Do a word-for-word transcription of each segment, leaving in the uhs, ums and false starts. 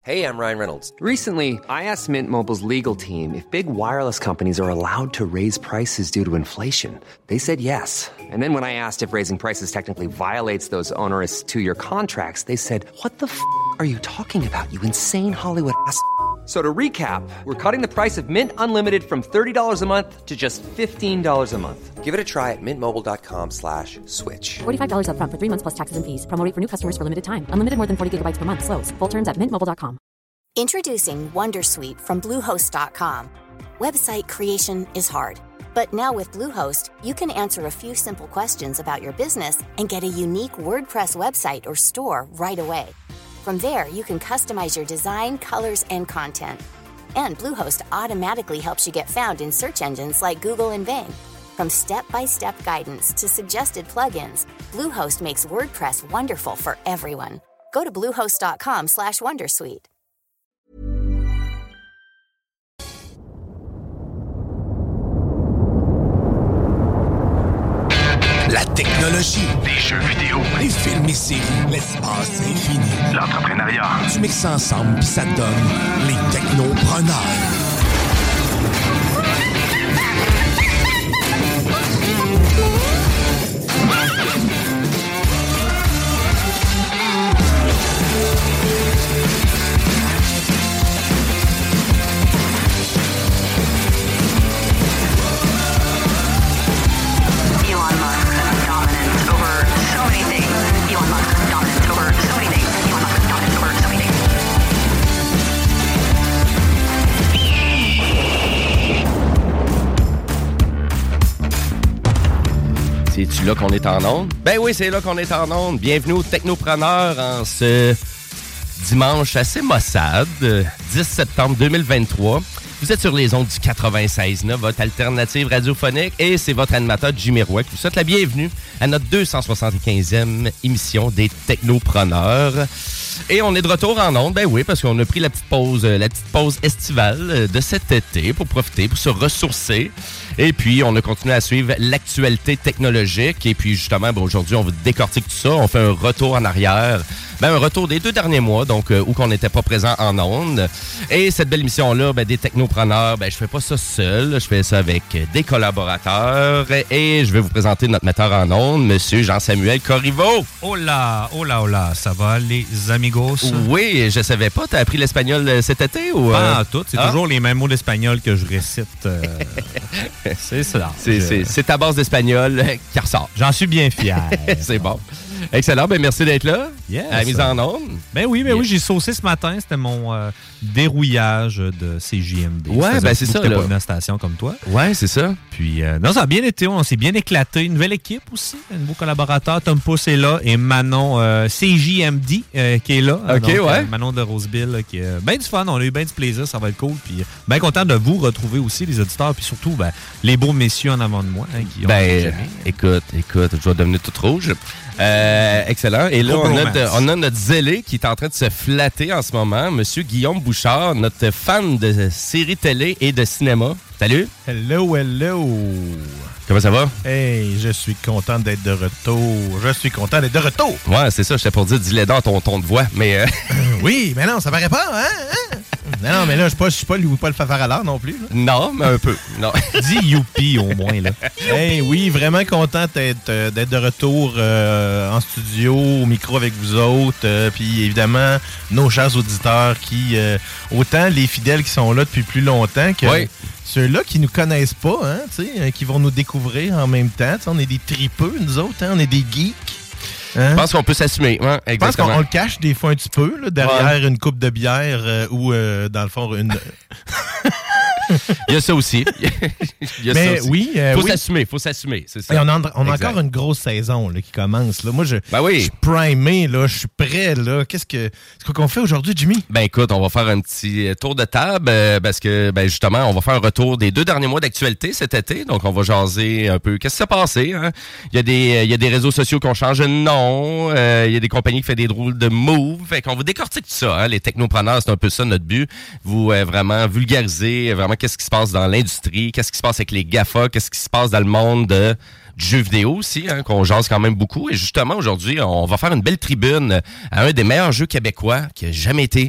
Hey, I'm Ryan Reynolds. Recently, I asked Mint Mobile's legal team if big wireless companies are allowed to raise prices due to inflation. They said yes. And then when I asked if raising prices technically violates those onerous two-year contracts, they said, what the f*** are you talking about, you insane Hollywood ass f- So to recap, we're cutting the price of Mint Unlimited from thirty dollars a month to just fifteen dollars a month. Give it a try at mintmobile.com slash switch. forty-five dollars up front for three months plus taxes and fees. Promo rate for new customers for limited time. Unlimited more than forty gigabytes per month. Slows full terms at mint mobile dot com. Introducing Wondersuite from Bluehost dot com. Website creation is hard, but now with Bluehost, you can answer a few simple questions about your business and get a unique WordPress website or store right away. From there, you can customize your design, colors, and content. And Bluehost automatically helps you get found in search engines like Google and Bing. From step-by-step guidance to suggested plugins, Bluehost makes WordPress wonderful for everyone. Go to bluehost dot com slash wondersuite. La technologie, des jeux vidéo, les films et séries, l'espace infini, l'entrepreneuriat. Tu mixes ensemble pis ça donne les technopreneurs. C'est-tu là qu'on est en onde? Ben oui, c'est là qu'on est en onde. Bienvenue aux Technopreneurs en ce dimanche assez maussade, dix septembre deux mille vingt-trois. Vous êtes sur les ondes du quatre-vingt-seize neuf, votre alternative radiophonique, et c'est votre animateur Jimmy Roy qui vous souhaite la bienvenue à notre deux cent soixante-quinzième émission des Technopreneurs. Et on est de retour en ondes, ben oui, parce qu'on a pris la petite pause, la petite pause estivale de cet été pour profiter, pour se ressourcer. Et puis, on a continué à suivre l'actualité technologique. Et puis, justement, ben, aujourd'hui, on vous décortique tout ça. On fait un retour en arrière. Ben, un retour des deux derniers mois, donc euh, où qu'on n'était pas présent en ondes. Et cette belle émission-là, ben, des technopreneurs, ben, je fais pas ça seul. Je fais ça avec des collaborateurs. Et je vais vous présenter notre metteur en ondes, Monsieur Jean-Samuel Corriveau. Hola, hola, hola. Ça va, les amigos? Oui, je savais pas. T'as appris l'espagnol cet été? Ou, euh... Ah, tout. C'est ah? toujours les mêmes mots d'espagnol que je récite. Euh... c'est ça. C'est, je... c'est, c'est ta base d'espagnol qui ressort. J'en suis bien fier. C'est bon. Excellent, ben merci d'être là. Yes. À la mise en onde. Ben oui, ben yes. oui, j'ai saucé ce matin. C'était mon euh, dérouillage de C J M D. Ouais, ben c'est ça. J'étais pas venu à la station comme toi. Ouais, c'est ça. Puis, euh, non, ça a bien été. On s'est bien éclaté. Une nouvelle équipe aussi. Un nouveau collaborateur. Tom Pousse est là. Et Manon euh, C J M D euh, qui est là. OK, donc, ouais. Euh, Manon de Roseville qui est bien du fun. On a eu bien du plaisir. Ça va être cool. Puis, bien content de vous retrouver aussi, les auditeurs. Puis surtout, ben, les beaux messieurs en avant de moi. Hein, qui ont ben, jamais... écoute, écoute, je vais devenir toute rouge. Euh, excellent. Et là, on a, de, on a notre zélé qui est en train de se flatter en ce moment, Monsieur Guillaume Bouchard, notre fan de séries télé et de cinéma. Salut. Hello, hello. Comment ça va? Hey, je suis content d'être de retour. Je suis content d'être de retour. Ouais, c'est ça. J'étais pour dire, dis-le dans ton ton de voix, mais... Euh... oui, mais non, ça paraît pas, hein? hein? Non, mais là, je ne suis pas, pas le Fafard à l'heure non plus. Là. Non, mais un peu. Non. Dis youpi au moins, là. Hey, oui, vraiment content d'être, euh, d'être de retour euh, en studio, au micro avec vous autres. Euh, puis évidemment, nos chers auditeurs qui, euh, autant les fidèles qui sont là depuis plus longtemps que oui. ceux-là qui nous connaissent pas, hein, euh, qui vont nous découvrir en même temps. T'sais, on est des tripeux, nous autres, hein, on est des geeks. Hein? Je pense qu'on peut s'assumer. Ouais, je pense qu'on le cache des fois un petit peu, là, derrière ouais. une coupe de bière euh, ou, euh, dans le fond, une... Il y a ça aussi. Il y a mais ça aussi. oui, euh, faut oui. s'assumer, faut s'assumer, c'est ça. Et on a, on a encore une grosse saison là, qui commence. Là. Moi, je, ben oui. je suis primé, là, je suis prêt. Là. Qu'est-ce que, c'est quoi qu'on fait aujourd'hui, Jimmy? Ben écoute, on va faire un petit tour de table euh, parce que ben justement, on va faire un retour des deux derniers mois d'actualité cet été. Donc, on va jaser un peu. Qu'est-ce qui s'est passé? Hein? Il y a des, il y a des réseaux sociaux qui ont changé de nom. Euh, il y a des compagnies qui font des drôles de moves. Fait qu'on vous décortique tout ça. Hein? Les technopreneurs, c'est un peu ça notre but. Vous euh, vraiment vulgariser vraiment qu'est-ce qui se passe dans l'industrie, qu'est-ce qui se passe avec les GAFA, qu'est-ce qui se passe dans le monde de, du jeu vidéo aussi, hein, qu'on jase quand même beaucoup. Et justement, aujourd'hui, on va faire une belle tribune à un des meilleurs jeux québécois qui a jamais été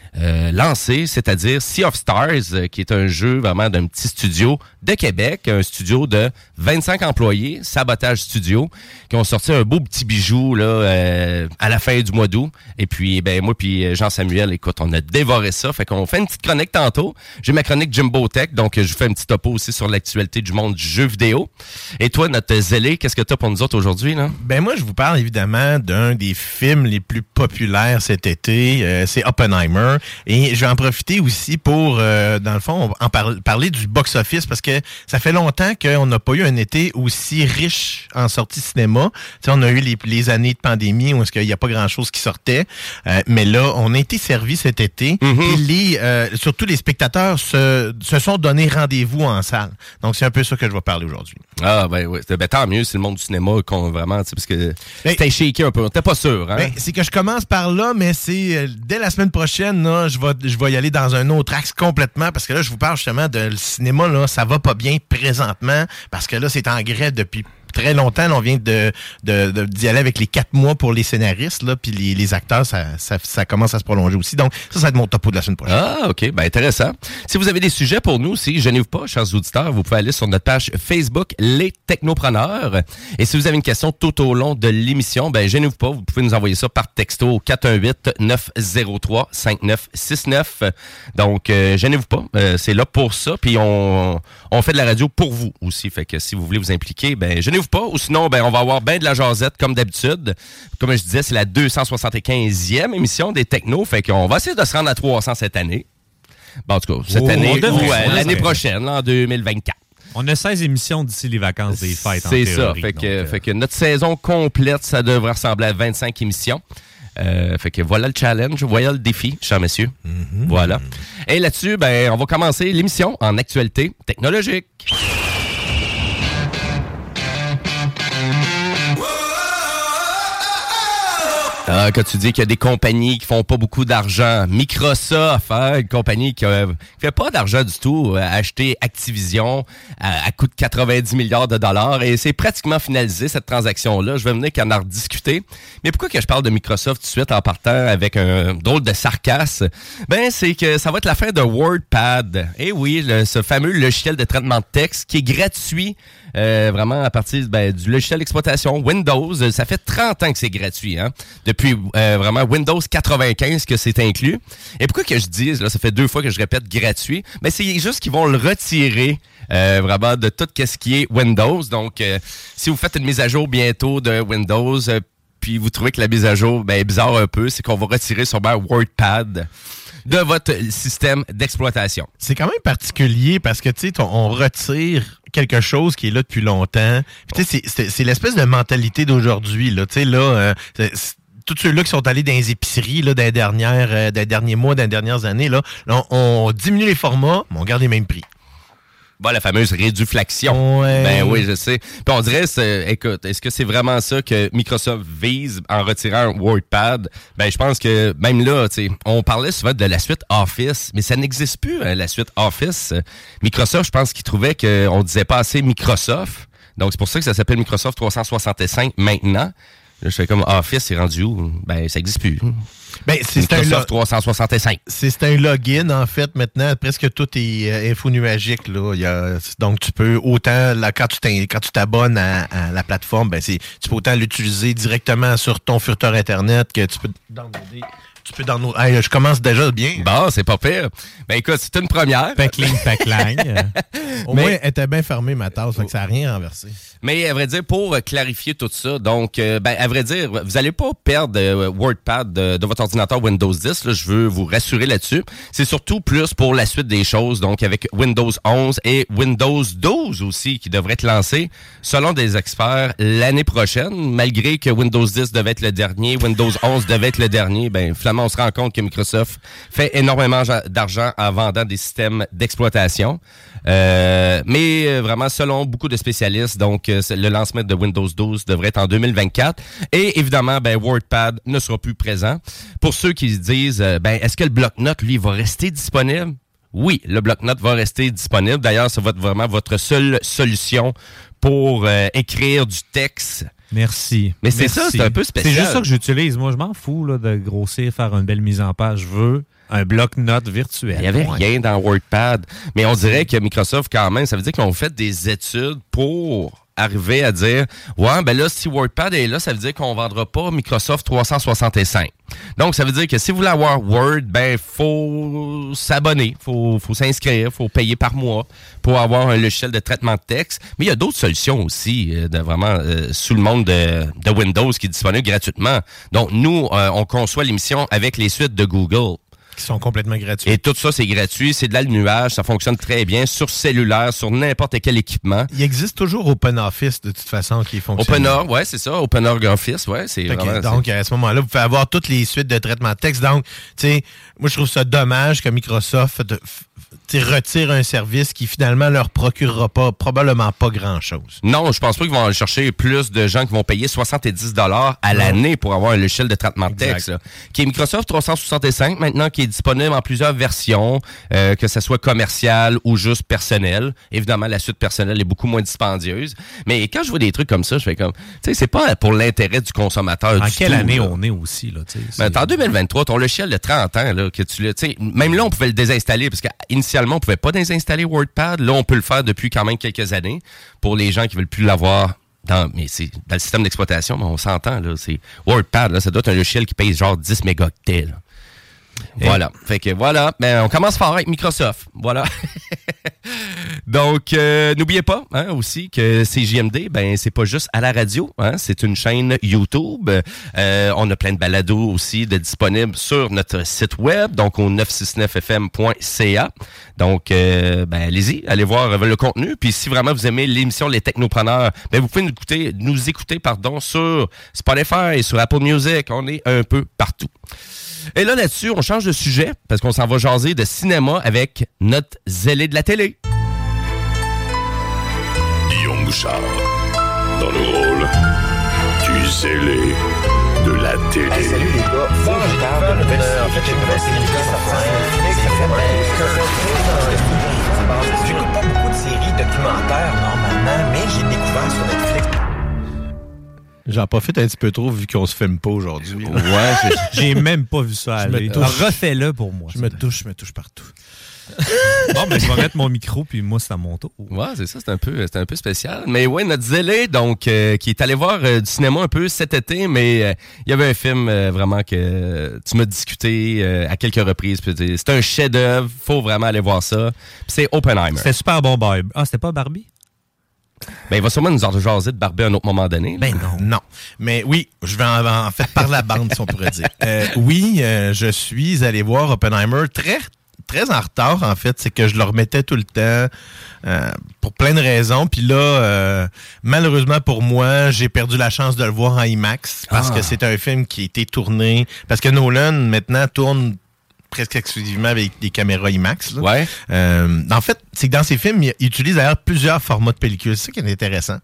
euh, lancé, c'est-à-dire Sea of Stars, euh, qui est un jeu vraiment d'un petit studio de Québec, un studio de vingt-cinq employés, Sabotage Studio, qui ont sorti un beau petit bijou là euh, à la fin du mois d'août. Et puis, ben moi puis Jean-Samuel, écoute, on a dévoré ça. Fait qu'on fait une petite chronique tantôt. J'ai ma chronique Jimbo Tech, donc je vous fais un petit topo aussi sur l'actualité du monde du jeu vidéo. Et toi, notre zélé, qu'est-ce que tu as pour nous autres aujourd'hui, là? Ben moi, je vous parle évidemment d'un des films les plus populaires cet été. Euh, c'est Oppenheimer. Et je vais en profiter aussi pour, euh, dans le fond, en par- parler du box-office parce que ça fait longtemps qu'on n'a pas eu un été aussi riche en sorties cinéma. T'sais, on a eu les, les années de pandémie où est-ce qu'il n'y a pas grand-chose qui sortait. Euh, mais là, on a été servi cet été. Mm-hmm. Et les, euh, surtout les spectateurs se, se sont donné rendez-vous en salle. Donc, c'est un peu ça que je vais parler aujourd'hui. Ah, ben oui. Ben, tant mieux, c'est le monde du cinéma qu'on vraiment, tu sais, parce que ben, c'était shaké un peu. On était pas sûr, hein? Ben, c'est que je commence par là, mais c'est euh, dès la semaine prochaine, là, je vais, je vais y aller dans un autre axe complètement parce que là, je vous parle justement de le cinéma, là, ça va pas bien présentement parce que là, c'est en grève depuis très longtemps. Là, on vient de, de, de, d'y aller avec les quatre mois pour les scénaristes, là, puis les, les acteurs, ça, ça, ça commence à se prolonger aussi. Donc, ça, ça va être mon topo de la semaine prochaine. Ah, OK. Ben, intéressant. Si vous avez des sujets pour nous, si gênez-vous pas, chers auditeurs, vous pouvez aller sur notre page Facebook, Les Technopreneurs. Et si vous avez une question tout au long de l'émission, ben, gênez-vous pas, vous pouvez nous envoyer ça par texto au quatre un huit, neuf zéro trois, cinq neuf six neuf. Donc, euh, gênez-vous pas. Euh, c'est là pour ça. Puis, on, on fait de la radio pour vous aussi. Fait que si vous voulez vous impliquer, ben, gênez-vous pas, ou sinon, ben, on va avoir ben de la jasette, comme d'habitude. Comme je disais, c'est la deux cent soixante-quinzième émission des Technos, fait qu'on va essayer de se rendre à trois cents cette année. Bon, en tout cas, cette oh, année ou devrait, euh, l'année prochaine, là, en deux mille vingt-quatre. On a seize émissions d'ici les vacances des fêtes, en C'est théorie, ça, fait donc, que, euh... fait que notre saison complète, ça devrait ressembler à vingt-cinq émissions. Euh, fait que voilà le challenge, voilà le défi, chers messieurs. Mm-hmm. Voilà. Et là-dessus, ben, on va commencer l'émission en actualité technologique. Ah, quand tu dis qu'il y a des compagnies qui font pas beaucoup d'argent, Microsoft, hein, une compagnie qui ne fait pas d'argent du tout, a acheté Activision à, à coût de quatre-vingt-dix milliards de dollars et c'est pratiquement finalisé cette transaction-là. Je vais venir qu'en en rediscuter. Mais pourquoi que je parle de Microsoft tout de suite en partant avec un drôle de sarcasme? Ben, c'est que ça va être la fin de WordPad. Et oui, le, ce fameux logiciel de traitement de texte qui est gratuit euh, vraiment à partir ben, du logiciel d'exploitation Windows. Ça fait trente ans que c'est gratuit, hein? Depuis euh, vraiment Windows quatre-vingt-quinze que c'est inclus. Et pourquoi que je dis, là, ça fait deux fois que je répète gratuit, mais c'est juste qu'ils vont le retirer euh, vraiment de tout ce qui est Windows. Donc, euh, si vous faites une mise à jour bientôt de Windows, euh, puis vous trouvez que la mise à jour ben, est bizarre un peu, c'est qu'on va retirer sûrement WordPad de votre système d'exploitation. C'est quand même particulier parce que, tu sais, on retire quelque chose qui est là depuis longtemps. Puis, tu sais, c'est, c'est, c'est l'espèce de mentalité d'aujourd'hui, là. Tu sais, là, euh, c'est, c'est, tous ceux-là qui sont allés dans les épiceries là, dans, les dernières, euh, dans les derniers mois, dans les dernières années, là, là on, on diminue les formats, mais on garde les mêmes prix. Bon, la fameuse réduflexion. Ouais. Ben oui, je sais. Puis on dirait, c'est, écoute, est-ce que c'est vraiment ça que Microsoft vise en retirant un WordPad? Ben, je pense que même là, tu sais, on parlait souvent de la suite Office, mais ça n'existe plus, hein, la suite Office. Microsoft, je pense qu'ils trouvaient qu'on disait pas assez Microsoft. Donc, c'est pour ça que ça s'appelle Microsoft trois cent soixante-cinq maintenant. Là, je fais comme Office, c'est rendu où? Ben, ça n'existe plus. Ben, c'est Microsoft un lo- trois cent soixante-cinq. C'est, c'est un login, en fait, maintenant. Presque tout est euh, infonuagique, là. Il y a, donc, tu peux autant, là, quand tu quand tu t'abonnes à, à la plateforme, ben, c'est, tu peux autant l'utiliser directement sur ton furteur Internet que tu peux downloader. Tu peux dans nos. Hey, je commence déjà bien. Bon, c'est pas pire. Ben écoute, c'est une première. Packling, packling. Au mais, moins, elle était bien fermée, ma tasse, fait que ça n'a rien renversé. Mais à vrai dire, pour clarifier tout ça, donc, euh, ben, à vrai dire, vous n'allez pas perdre euh, WordPad de, de votre ordinateur Windows dix. Là, je veux vous rassurer là-dessus. C'est surtout plus pour la suite des choses, donc avec Windows onze et Windows douze aussi, qui devraient être lancés, selon des experts, l'année prochaine. Malgré que Windows dix devait être le dernier, Windows onze devait être le dernier, ben, finalement, on se rend compte que Microsoft fait énormément d'argent en vendant des systèmes d'exploitation. Euh, mais vraiment, selon beaucoup de spécialistes, donc le lancement de Windows douze devrait être en deux mille vingt-quatre. Et évidemment, ben, WordPad ne sera plus présent. Pour ceux qui se disent, ben, est-ce que le bloc-notes, lui, va rester disponible? Oui, le bloc-notes va rester disponible. D'ailleurs, c'est votre, vraiment votre seule solution pour euh, écrire du texte. Merci. Mais c'est Merci. ça, c'est un peu spécial. C'est juste ça que j'utilise. Moi, je m'en fous là, de grossir, faire une belle mise en page. Je veux Un bloc-notes virtuel. Il n'y avait ouais. rien dans WordPad. Mais on dirait que Microsoft, quand même, ça veut dire qu'ils ont fait des études pour arriver à dire « Ouais, ben là, si WordPad est là, ça veut dire qu'on ne vendra pas Microsoft trois cent soixante-cinq. » Donc, ça veut dire que si vous voulez avoir Word, ben faut s'abonner, faut, faut s'inscrire, faut payer par mois pour avoir un logiciel de traitement de texte. Mais il y a d'autres solutions aussi, euh, de vraiment euh, sous le monde de, de Windows qui est disponible gratuitement. Donc, nous, euh, on conçoit l'émission avec les suites de Google. Qui sont complètement gratuits. Et tout ça, c'est gratuit. C'est de la nuage. Ça fonctionne très bien sur cellulaire, sur n'importe quel équipement. Il existe toujours OpenOffice, de toute façon, qui fonctionne. OpenOR, ouais, c'est ça. OpenOR Office, ouais. C'est vraiment, donc, c'est... à ce moment-là, vous pouvez avoir toutes les suites de traitement de texte. Donc, tu sais, moi, je trouve ça dommage que Microsoft de, retire un service qui, finalement, leur procurera pas, probablement pas grand-chose. Non, je pense pas qu'ils vont aller chercher plus de gens qui vont payer soixante-dix dollars à non. l'année pour avoir un logiciel de traitement de texte. Là, qui est Microsoft trois cent soixante-cinq, maintenant, qui est disponible en plusieurs versions, euh, que ce soit commercial ou juste personnel. Évidemment, la suite personnelle est beaucoup moins dispendieuse. Mais quand je vois des trucs comme ça, je fais comme, tu sais, c'est pas pour l'intérêt du consommateur. En du quelle tout, année là. on est aussi, là, tu sais. Ben, en deux mille vingt-trois, ton logiciel de trente ans, là, que tu l'as, tu sais, même là, on pouvait le désinstaller, parce qu'initialement, on pouvait pas désinstaller WordPad. Là, on peut le faire depuis quand même quelques années pour les gens qui veulent plus l'avoir. Dans, mais c'est dans le système d'exploitation, mais on s'entend, là, c'est WordPad, là, ça doit être un logiciel qui pèse genre dix mégaoctets, là. Voilà. Et... Fait que voilà. Mais on commence fort avec Microsoft. Voilà. Donc, euh, n'oubliez pas hein, aussi que C J M D, ben c'est pas juste à la radio. Hein, c'est une chaîne YouTube. Euh, on a plein de balados aussi de disponibles sur notre site web, donc au neuf cent soixante-neuf f m point c a. Donc, euh, ben allez-y, allez voir euh, le contenu. Puis si vraiment vous aimez l'émission Les Technopreneurs, ben vous pouvez nous écouter, nous écouter pardon, sur Spotify, sur Apple Music. On est un peu partout. Et là, là-dessus, on change de sujet parce qu'on s'en va jaser de cinéma avec notre zélé de la télé. Guillaume Bouchard, dans le rôle du zélé de la télé. Hey, salut les gars, faut que je parle de nouvelle série. En fait, j'ai une nouvelle série qui vient de sortir. J'écoute pas beaucoup de séries documentaires normalement, mais j'ai découvert sur Netflix. J'en profite un petit peu trop vu qu'on se filme pas aujourd'hui. Ouais, j'ai même pas vu ça aller. Refais-le pour moi. Je me touche, je me touche partout. Bon, ben, je vais mettre mon micro, puis moi, c'est à mon tour. Ouais, c'est ça, c'est un peu, c'est un peu spécial. Mais ouais, notre zélé, donc, euh, qui est allé voir euh, du cinéma un peu cet été, mais il euh, y avait un film euh, vraiment que euh, tu m'as discuté euh, à quelques reprises. Puis, c'est un chef-d'œuvre, faut vraiment aller voir ça. Puis c'est Oppenheimer. C'était super bon, Barbie. Ah, c'était pas Barbie? Ben, il va sûrement nous en jaser de Barbie à un autre moment donné. Ben non. Non. Mais oui, je vais en, en fait par la bande, si on pourrait dire. Euh, oui, euh, je suis allé voir Oppenheimer très, très en retard, en fait. C'est que je le remettais tout le temps euh, pour plein de raisons. Puis là, euh, malheureusement pour moi, j'ai perdu la chance de le voir en IMAX parce ah. que c'est un film qui a été tourné. Parce que Nolan, maintenant, tourne presque exclusivement avec des caméras IMAX. Là. Ouais. Euh, en fait, c'est que dans ces films, il utilise d'ailleurs plusieurs formats de pellicule. C'est ça qui est intéressant.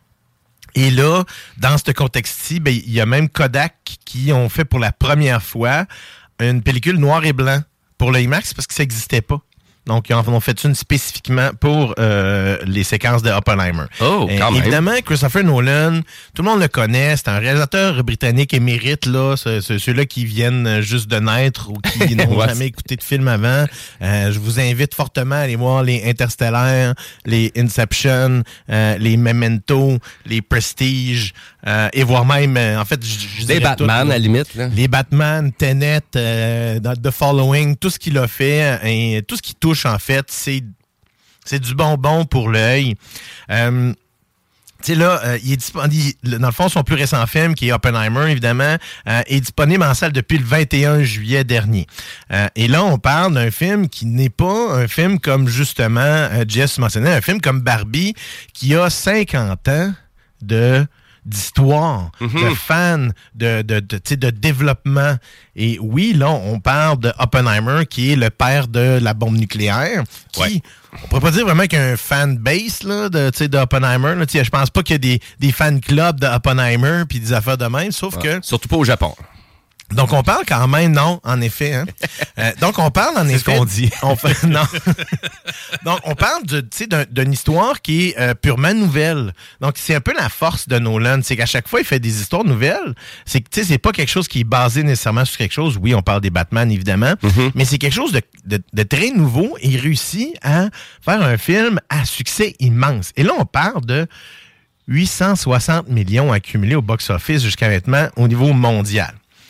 Et là, dans ce contexte-ci, ben, il y a même Kodak qui ont fait pour la première fois une pellicule noir et blanc pour le IMAX parce que ça n'existait pas. Donc, ils en ont fait une spécifiquement pour euh, les séquences de Oppenheimer. Oh, quand même. Évidemment, Christopher Nolan, tout le monde le connaît. C'est un réalisateur britannique émérite, là. C'est, c'est ceux-là qui viennent juste de naître ou qui n'ont ouais, jamais écouté de film avant. Euh, je vous invite fortement à aller voir les Interstellaires, les Inception, euh, les Memento, les Prestige, euh, et voir même, euh, en fait, je, je les Batman, tout, à la limite. Là. Les Batman, Tenet, euh, The Following, tout ce qu'il a fait, et tout ce qui touche en fait, c'est, c'est du bonbon pour l'œil. Euh, tu sais, là, euh, il est disponible, dans le fond, son plus récent film, qui est Oppenheimer, évidemment, euh, est disponible en salle depuis le vingt et un juillet dernier. Euh, et là, on parle d'un film qui n'est pas un film comme, justement, euh, Jess mentionnait, un film comme Barbie, qui a cinquante ans de... d'histoire, mm-hmm. de fans, de, de, de, de développement. Et oui, là, on parle de Oppenheimer, qui est le père de la bombe nucléaire, qui, ouais. on pourrait pas dire vraiment qu'il y a un fan base là, de, d'Oppenheimer. Là, je pense pas qu'il y a des, des fan clubs d'Oppenheimer puis des affaires de même, sauf ouais. que... Surtout pas au Japon. Donc, on parle quand même, non, en effet. Hein? Euh, donc, on parle en c'est effet... ce qu'on dit. On fait, non. Donc, on parle de, d'un, d'une histoire qui est euh, purement nouvelle. Donc, c'est un peu la force de Nolan. C'est qu'à chaque fois, il fait des histoires nouvelles. C'est que, tu sais, c'est pas quelque chose qui est basé nécessairement sur quelque chose. Oui, on parle des Batman, évidemment. Mm-hmm. Mais c'est quelque chose de, de, de très nouveau. Et il réussit à faire un film à succès immense. Et là, on parle de huit cent soixante millions accumulés au box-office jusqu'à maintenant au niveau mondial.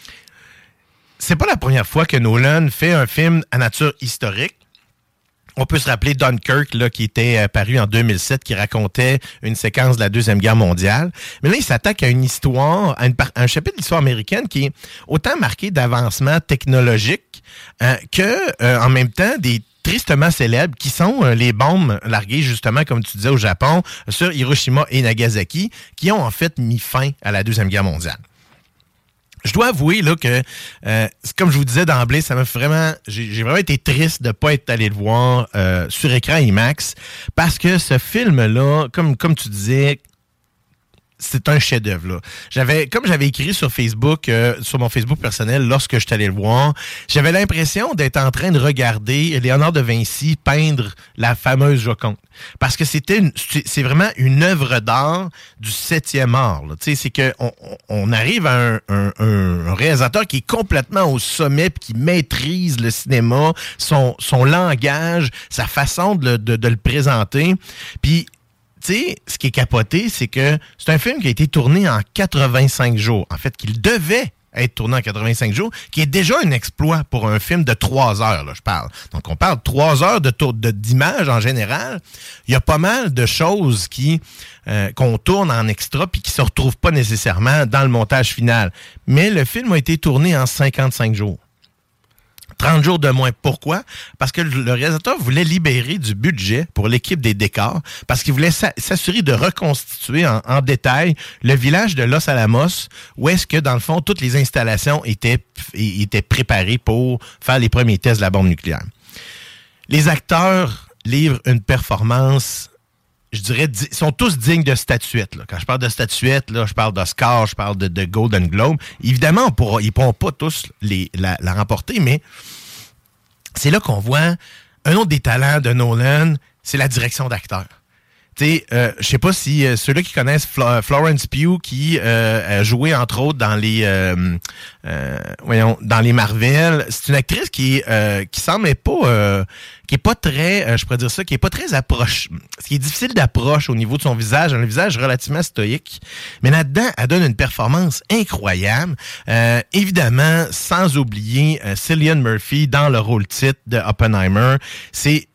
C'est pas la première fois que Nolan fait un film à nature historique. On peut se rappeler Dunkirk, là, qui était euh, paru en deux mille sept, qui racontait une séquence de la Deuxième Guerre mondiale. Mais là, il s'attaque à une histoire, à, une, à un chapitre de l'histoire américaine qui est autant marqué d'avancements technologiques euh, que, euh, en même temps, des tristement célèbres, qui sont euh, les bombes larguées, justement, comme tu disais, au Japon, sur Hiroshima et Nagasaki, qui ont en fait mis fin à la Deuxième Guerre mondiale. Je dois avouer là que, euh, comme je vous disais d'emblée, ça m'a vraiment, j'ai, j'ai vraiment été triste de ne pas être allé le voir euh, sur écran IMAX, parce que ce film-là, comme comme tu disais, c'est un chef-d'œuvre, là. J'avais, comme j'avais écrit sur Facebook, euh, sur mon Facebook personnel, lorsque je suis allé le voir, j'avais l'impression d'être en train de regarder Léonard de Vinci peindre la fameuse Joconde. Parce que c'était une, c'est vraiment une œuvre d'art du septième art, là. Tu sais, c'est que on, on arrive à un, un, un réalisateur qui est complètement au sommet puis qui maîtrise le cinéma, son, son langage, sa façon de, de, de le présenter. Puis, tu sais, ce qui est capoté, c'est que c'est un film qui a été tourné en quatre-vingt-cinq jours. En fait, qu'il devait être tourné en quatre-vingt-cinq jours, qui est déjà un exploit pour un film de trois heures, là, je parle. Donc, on parle de trois heures de tour, de, d'image en général. Il y a pas mal de choses qui euh, qu'on tourne en extra puis qui se retrouvent pas nécessairement dans le montage final. Mais le film a été tourné en cinquante-cinq jours. trente jours de moins. Pourquoi? Parce que le réalisateur voulait libérer du budget pour l'équipe des décors, parce qu'il voulait s'assurer de reconstituer en, en détail le village de Los Alamos, où est-ce que, dans le fond, toutes les installations étaient, étaient préparées pour faire les premiers tests de la bombe nucléaire. Les acteurs livrent une performance, je dirais, di- sont tous dignes de statuettes. Là. Quand je parle de statuettes, là, je parle d'Oscar, je parle de, de Golden Globe. Évidemment, on pourra, ils ne pourront pas tous les, la, la remporter, mais c'est là qu'on voit un autre des talents de Nolan, c'est la direction d'acteur. Tu sais, euh, je sais pas si euh, ceux-là qui connaissent Fla- Florence Pugh, qui euh, a joué entre autres dans les, euh, euh, voyons, dans les Marvel. C'est une actrice qui euh, qui semble être pas, euh, qui est pas très, euh, je pourrais dire ça, qui est pas très approche, ce qui est difficile d'approche au niveau de son visage, un visage relativement stoïque. Mais là-dedans, elle donne une performance incroyable. Euh, évidemment, sans oublier euh, Cillian Murphy dans le rôle titre de Oppenheimer. C'est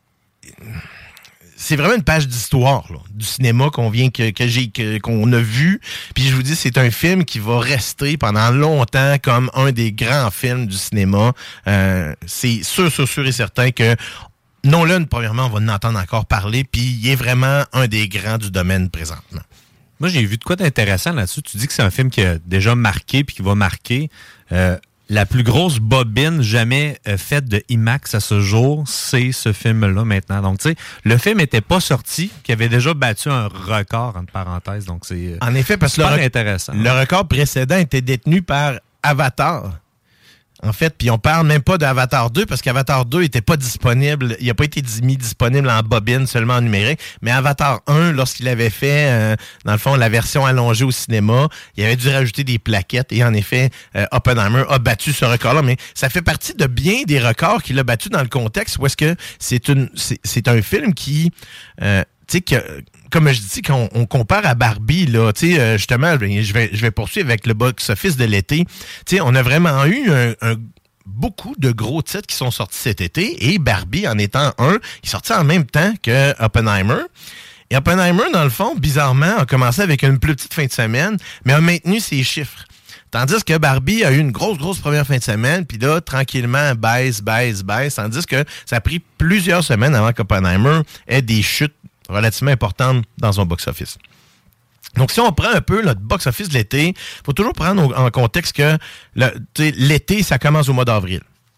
C'est vraiment une page d'histoire là, du cinéma qu'on vient que, que j'ai que, qu'on a vu. Puis je vous dis, c'est un film qui va rester pendant longtemps comme un des grands films du cinéma. Euh, c'est sûr, sûr, sûr et certain que Nolan, premièrement, on va en entendre encore parler. Puis il est vraiment un des grands du domaine présentement. Moi, j'ai vu de quoi d'intéressant là-dessus. Tu dis que c'est un film qui a déjà marqué puis qui va marquer. Euh, La plus grosse bobine jamais euh, faite de IMAX à ce jour, c'est ce film-là maintenant. Donc, tu sais, le film n'était pas sorti, qui avait déjà battu un record, entre parenthèses. Donc, c'est en effet, parce que super le, rec- intéressant. Le record précédent était détenu par Avatar. En fait, puis on parle même pas d'Avatar deux, parce qu'Avatar deux était pas disponible, il n'a pas été mis disponible en bobine, seulement en numérique, mais Avatar un, lorsqu'il avait fait, euh, dans le fond, la version allongée au cinéma, il avait dû rajouter des plaquettes, et en effet, euh, Oppenheimer a battu ce record-là, mais ça fait partie de bien des records qu'il a battus dans le contexte où est-ce que c'est une c'est, c'est un film qui... Euh, tu sais, que, comme je dis, qu'on on compare à Barbie, là, tu sais, euh, justement, je vais, je vais poursuivre avec le box-office de l'été. Tu sais, on a vraiment eu un, un, beaucoup de gros titres qui sont sortis cet été, et Barbie en étant un, qui est sorti en même temps que Oppenheimer. Et Oppenheimer, dans le fond, bizarrement, a commencé avec une plus petite fin de semaine, mais a maintenu ses chiffres. Tandis que Barbie a eu une grosse, grosse première fin de semaine, puis là, tranquillement, baisse, baisse, baisse, tandis que ça a pris plusieurs semaines avant qu'Oppenheimer ait des chutes relativement importante dans son box-office. Donc, si on prend un peu notre box-office de l'été, il faut toujours prendre en contexte que le, l'été, ça commence au mois d'avril.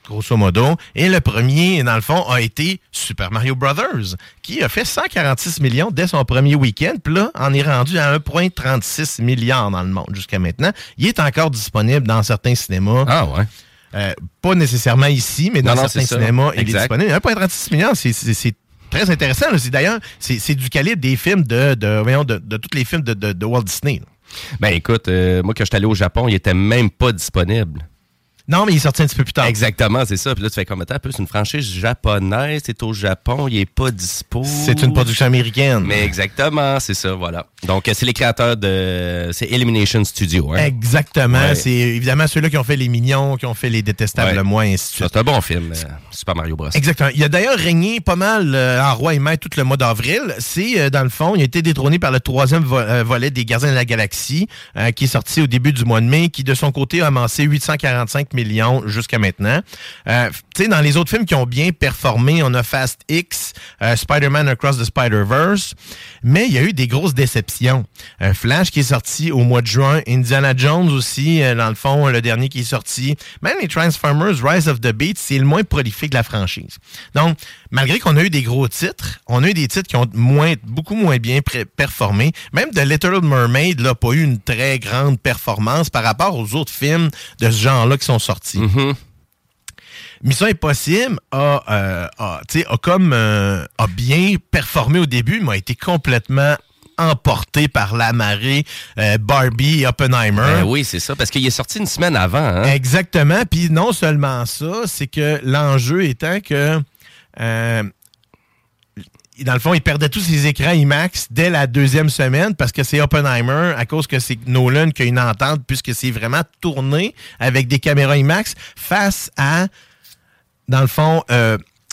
grosso modo. Et le premier, dans le fond, a été Super Mario Brothers, qui a fait cent quarante-six millions dès son premier week-end. Puis là, on est rendu à un virgule trente-six milliard dans le monde jusqu'à maintenant. Il est encore disponible dans certains cinémas. Ah ouais. Euh, pas nécessairement ici, mais dans non, non, certains cinémas, il exact. est disponible. un virgule trente-six millions, c'est, c'est, c'est très intéressant. Là. C'est, d'ailleurs, c'est, c'est du calibre des films de, de, voyons, de, de tous les films de, de, de Walt Disney. Là. Ben écoute, euh, moi quand je suis allé au Japon, il était même pas disponible. Non, mais il est sorti un petit peu plus tard. Exactement, c'est ça. Puis là, tu fais comme attends, c'est une franchise japonaise, c'est au Japon, il est pas dispo. C'est une production américaine. Mais exactement, c'est ça, voilà. Donc, c'est les créateurs de... C'est Illumination Studio. Hein? Exactement. Ouais. C'est évidemment ceux-là qui ont fait Les Mignons, qui ont fait Les Détestables Ouais. Moi, et ainsi de suite. C'est un bon film, euh, Super Mario Bros. Exactement. Il a d'ailleurs régné pas mal euh, en roi et maître tout le mois d'avril. C'est, euh, dans le fond, il a été détrôné par le troisième vo- euh, volet des Gardiens de la Galaxie, euh, qui est sorti au début du mois de mai, qui, de son côté, a amassé huit cent quarante-cinq millions jusqu'à maintenant. Euh, tu sais, dans les autres films qui ont bien performé, on a Fast X, euh, Spider-Man Across the Spider-Verse, mais il y a eu des grosses déceptions. Euh, Flash qui est sorti au mois de juin, Indiana Jones aussi, euh, dans le fond, le dernier qui est sorti. Même les Transformers Rise of the Beast, c'est le moins prolifique de la franchise. Donc, malgré qu'on a eu des gros titres, on a eu des titres qui ont moins, beaucoup moins bien pré- performé. Même The Little Mermaid n'a pas eu une très grande performance par rapport aux autres films de ce genre-là qui sont sortis. Mm-hmm. Mission Impossible a, euh, a, a comme euh, a bien performé au début, mais a été complètement emporté par la marée euh, Barbie et Oppenheimer. Ben oui, c'est ça, parce qu'il est sorti une semaine avant. Hein? Exactement. Puis non seulement ça, c'est que l'enjeu étant que euh, dans le fond, il perdait tous ses écrans IMAX dès la deuxième semaine parce que c'est Oppenheimer, à cause que c'est Nolan qui a une entente, puisque c'est vraiment tourné avec des caméras IMAX face à, dans le fond, euh,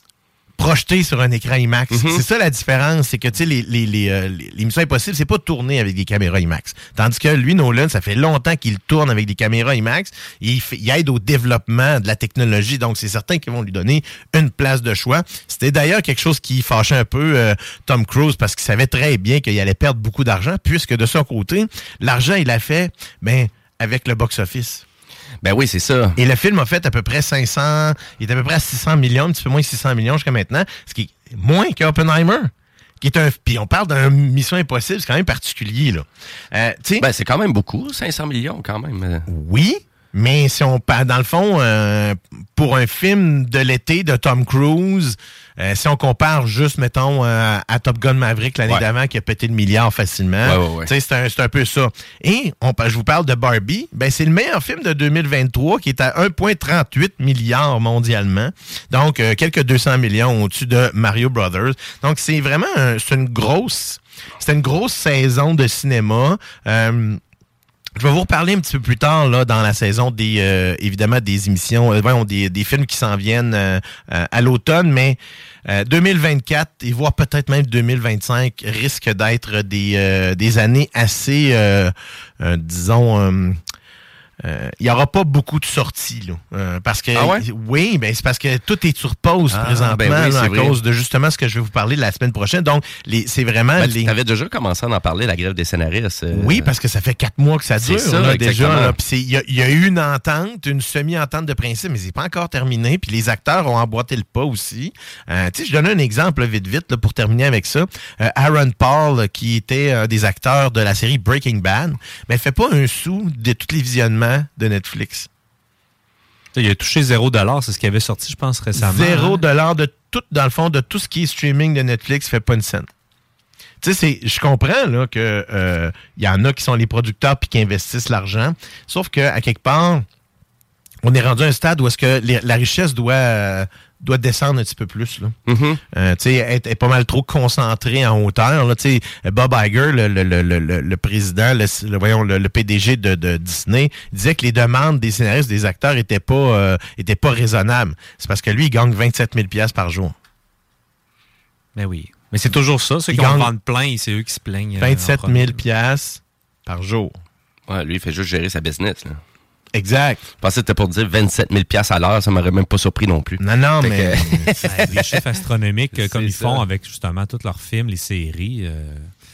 projeté sur un écran IMAX. Mm-hmm. C'est ça la différence, c'est que tu sais, les, les, les, euh, les Missions Impossibles, c'est pas tourné avec des caméras IMAX. Tandis que lui, Nolan, ça fait longtemps qu'il tourne avec des caméras IMAX et il, fait, il aide au développement de la technologie, donc c'est certain qu'ils vont lui donner une place de choix. C'était d'ailleurs quelque chose qui fâchait un peu euh, Tom Cruise parce qu'il savait très bien qu'il allait perdre beaucoup d'argent, puisque de son côté, l'argent, il a fait ben, avec le box-office. Ben oui, c'est ça. Et le film a fait à peu près cinq cents, il est à peu près à six cents millions, un petit peu moins de six cents millions jusqu'à maintenant, ce qui est moins qu'Oppenheimer. Qui est un, puis on parle d'une Mission Impossible, c'est quand même particulier, là. Euh, ben, c'est quand même beaucoup, cinq cents millions quand même. Oui, mais si on parle, dans le fond, euh, pour un film de l'été de Tom Cruise, euh, si on compare juste, mettons, euh, à Top Gun Maverick l'année ouais. d'avant qui a pété le milliard facilement, ouais, ouais, ouais. c'est, un, c'est un peu ça. Et on, je vous parle de Barbie, ben c'est le meilleur film de deux mille vingt-trois qui est à un virgule trente-huit milliard mondialement. Donc, euh, quelques deux cents millions au-dessus de Mario Brothers. Donc, c'est vraiment un, c'est une grosse, c'est une grosse saison de cinéma. Euh, Je vais vous reparler un petit peu plus tard là dans la saison des euh, évidemment des émissions, euh, voyons, des, des films qui s'en viennent euh, euh, à l'automne, mais euh, deux mille vingt-quatre et voire peut-être même deux mille vingt-cinq risquent d'être des euh, des années assez, euh, euh, disons. Euh, il euh, n'y aura pas beaucoup de sorties là, euh, parce que ah ouais? oui, ben c'est parce que tout est sur pause ah, présentement ben oui, là, à vrai. cause de justement ce que je vais vous parler la semaine prochaine. Donc les, c'est vraiment. Ben, les... Tu avais déjà commencé à en parler, la grève des scénaristes. Euh... Oui, parce que ça fait quatre mois que ça dure ça, là, déjà. Il y, y a eu une entente, une semi-entente de principe, mais c'est pas encore terminé. Puis les acteurs ont emboîté le pas aussi. Euh, tu sais, je donne un exemple là, vite vite là, pour terminer avec ça. Euh, Aaron Paul, là, qui était un des acteurs de la série Breaking Bad, mais fait pas un sou de tous les visionnements de Netflix. Il a touché zéro dollar, c'est ce qui avait sorti, je pense, récemment. Zéro dollar de tout, dans le fond, de tout ce qui est streaming de Netflix, fait pas une scène. Tu sais, je comprends là que euh, y en a qui sont les producteurs puis qui investissent l'argent, sauf que à quelque part, on est rendu à un stade où est-ce que les, la richesse doit euh, doit descendre un petit peu plus là. Mm-hmm. Euh, tu sais, être, être pas mal trop concentré en hauteur là. Tu sais, Bob Iger, le le le le, le président, le, le voyons le, le P D G de, de Disney, disait que les demandes des scénaristes, des acteurs étaient pas euh, étaient pas raisonnables. C'est parce que lui, il gagne vingt-sept mille dollars par jour. Ben oui. Mais c'est toujours ça, ceux qui ont vendu plein, c'est eux qui se plaignent. vingt-sept mille dollars par jour. Ouais, lui, il fait juste gérer sa business, là. Exact. Je pensais que c'était pour dire vingt-sept mille dollars à l'heure, ça m'aurait même pas surpris non plus. Non, non, fait mais... Que... des chiffres astronomiques, comme ils ça. font avec justement tous leurs films, les séries. Euh...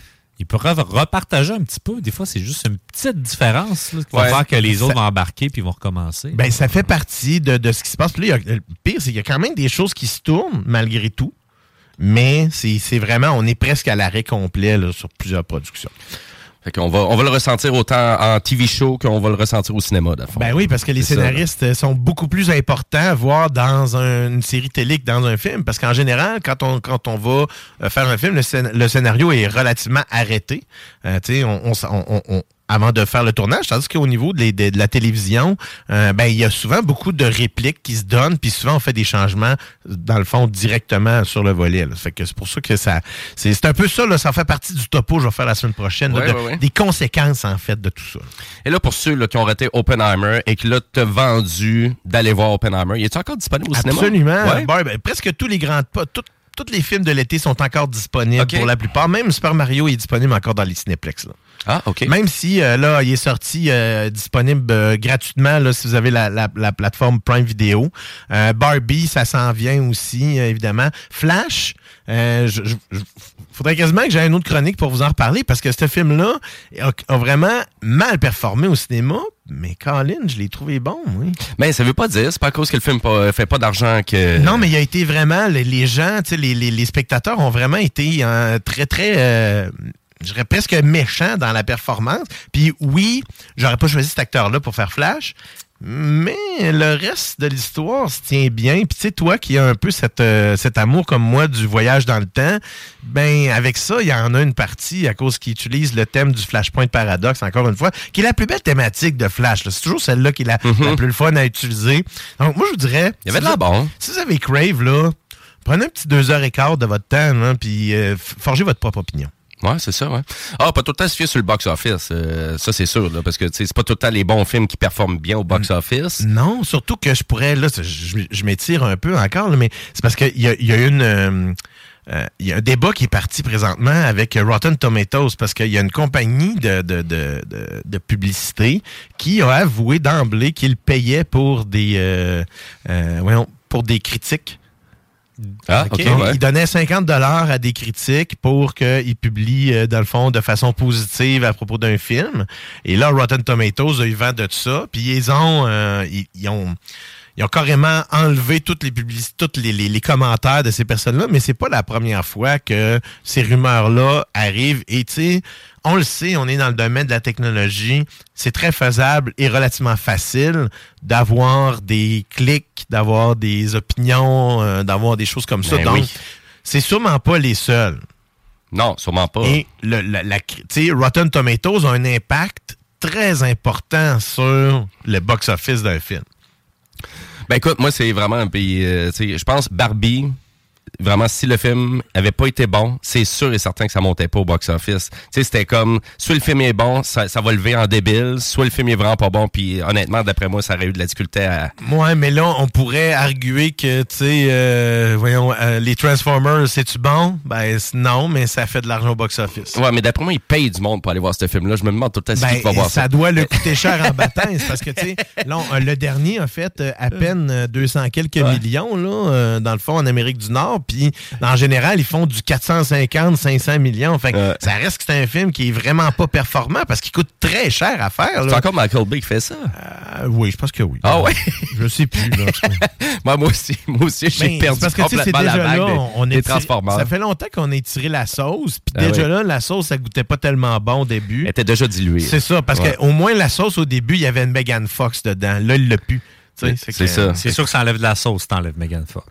ils pourraient repartager un petit peu. Des fois, c'est juste une petite différence là, qui Ouais. va faire que les Ça- autres vont embarquer puis vont recommencer. Ben, ça fait partie de, de ce qui se passe. Puis là, il y a- le pire, c'est qu'il y a quand même des choses qui se tournent malgré tout. Mais c'est c'est vraiment, on est presque à l'arrêt complet là, sur plusieurs productions. Fait qu'on va, on va le ressentir autant en T V show qu'on va le ressentir au cinéma, dans le fond. Ben oui, parce que les C'est ça, scénaristes sont beaucoup plus importants, voire dans un- une série télé que dans un film. Parce qu'en général, quand on, quand on va euh, faire un film, le, scén- le scénario est relativement arrêté. Euh, tu sais, on, on, s- on- on- on- avant de faire le tournage, tandis qu'au niveau de, les- de- de la télévision, euh, ben il y a souvent beaucoup de répliques qui se donnent, puis souvent on fait des changements, dans le fond, directement sur le volet. Là. Fait que c'est pour ça que ça... C'est c'est un peu ça, là, ça fait partie du topo que je vais faire la semaine prochaine, là, Ouais, de- ouais, ouais. des conséquences, en fait, de tout ça. Et là, pour ceux là, qui ont raté Oppenheimer et qui là t'as vendu d'aller voir Oppenheimer, il est encore disponible au cinéma? Absolument. Ouais. Ben, ben, presque tous les grands pas, tout- tous les films de l'été sont encore disponibles Ok. pour la plupart. Même Super Mario est disponible encore dans les Cinéplex. Là. Ah, OK. Même si euh, là, il est sorti euh, disponible euh, gratuitement là, si vous avez la, la, la plateforme Prime Video. Euh, Barbie, ça s'en vient aussi, euh, évidemment. Flash, euh, je, je, je- faudrait quasiment que j'aie une autre chronique pour vous en reparler parce que ce film-là a, a vraiment mal performé au cinéma. Mais Colin, je l'ai trouvé bon, oui. Mais ça veut pas dire, c'est pas à cause que le film pas, fait pas d'argent que... Non, mais il a été vraiment, les, les gens, tu sais, les, les, les spectateurs ont vraiment été euh, très, très, euh, je dirais presque méchants dans la performance. Puis oui, j'aurais pas choisi cet acteur-là pour faire Flash, mais le reste de l'histoire se tient bien. Puis tu sais, toi qui as un peu cette, euh, cet amour comme moi du voyage dans le temps, ben avec ça, il y en a une partie à cause qu'il utilise le thème du Flashpoint Paradox, encore une fois, qui est la plus belle thématique de Flash. là. C'est toujours celle-là qui est la, Mm-hmm. la plus le fun à utiliser. Donc moi, je vous dirais... Il y avait de si la vous- bon. Si vous avez Crave, là, prenez un petit deux heures et quart de votre temps, là, puis euh, f- forgez votre propre opinion. Ouais, c'est ça, ouais. Ah, pas tout le temps se fier sur le box-office. euh, ça, c'est sûr, là, parce que tu sais, c'est pas tout le temps les bons films qui performent bien au box-office. Non, surtout que je pourrais, là, je, je- je m'étire un peu encore, là, mais c'est parce qu'il y a, il y a une... euh, euh, il y a un débat qui est parti présentement avec Rotten Tomatoes parce qu'il y a une compagnie de, de, de, de, de publicité qui a avoué d'emblée qu'il payait pour des, euh, euh, voyons, pour des critiques. Ah, OK. OK, ouais. Il donnait cinquante dollars à des critiques pour qu'ils publient, euh, dans le fond, de façon positive à propos d'un film. Et là, Rotten Tomatoes a eu vent de ça. Puis ils ont, euh, ils, ils ont, ils ont carrément enlevé toutes les publicités, tous les, les, les commentaires de ces personnes-là. Mais c'est pas la première fois que ces rumeurs-là arrivent. Et tu sais, on le sait, on est dans le domaine de la technologie. C'est très faisable et relativement facile d'avoir des clics, d'avoir des opinions, euh, d'avoir des choses comme ça. Ben Donc, oui. c'est sûrement pas les seuls. Non, sûrement pas. Et le, la, la, tu sais, Rotten Tomatoes a un impact très important sur le box-office d'un film. Ben écoute, moi, c'est vraiment un pays... euh, tu sais, je pense Barbie... Vraiment, si le film avait pas été bon, c'est sûr et certain que ça montait pas au box-office. Tu sais, c'était comme, soit le film est bon, ça, ça va lever en débile, soit le film est vraiment pas bon, puis honnêtement, d'après moi, ça aurait eu de la difficulté à... Ouais, mais là, on pourrait arguer que, tu sais, euh, voyons, euh, les Transformers, c'est-tu bon? Ben c- non, mais ça fait de l'argent au box-office. Ouais, mais d'après moi, ils payent du monde pour aller voir ce film-là. Je me demande tout le temps si Ben, qui va voir ça. ça doit le coûter cher en baptême, parce que, tu sais, là, on- le dernier a fait euh, à peine euh, deux cents quelques Ouais. millions, là, euh, dans le fond, en Amérique du Nord, puis en général, ils font du quatre cent cinquante, cinq cents millions. Fait que Ouais. ça reste que c'est un film qui est vraiment pas performant, parce qu'il coûte très cher à faire, C'est là. encore Michael Bay qui fait ça. Euh, oui, je pense que oui. Ah ouais? Je sais plus, là. en tout cas. moi, moi aussi, moi aussi, j'ai Ben, perdu c'est parce que, tu sais, c'est complètement déjà la vague là, des, on, on des est tiré- Transformers. ça fait longtemps qu'on a tiré la sauce, puis Ah déjà oui. là, la sauce, ça goûtait pas tellement bon au début. Elle était déjà diluée. C'est ça, parce Ouais. qu'au moins, la sauce, au début, il y avait une Megan Fox dedans. Là, il l'a plus. Tu sais, C'est que- ça. C'est sûr que ça enlève de la sauce, t'enlèves Megan Fox.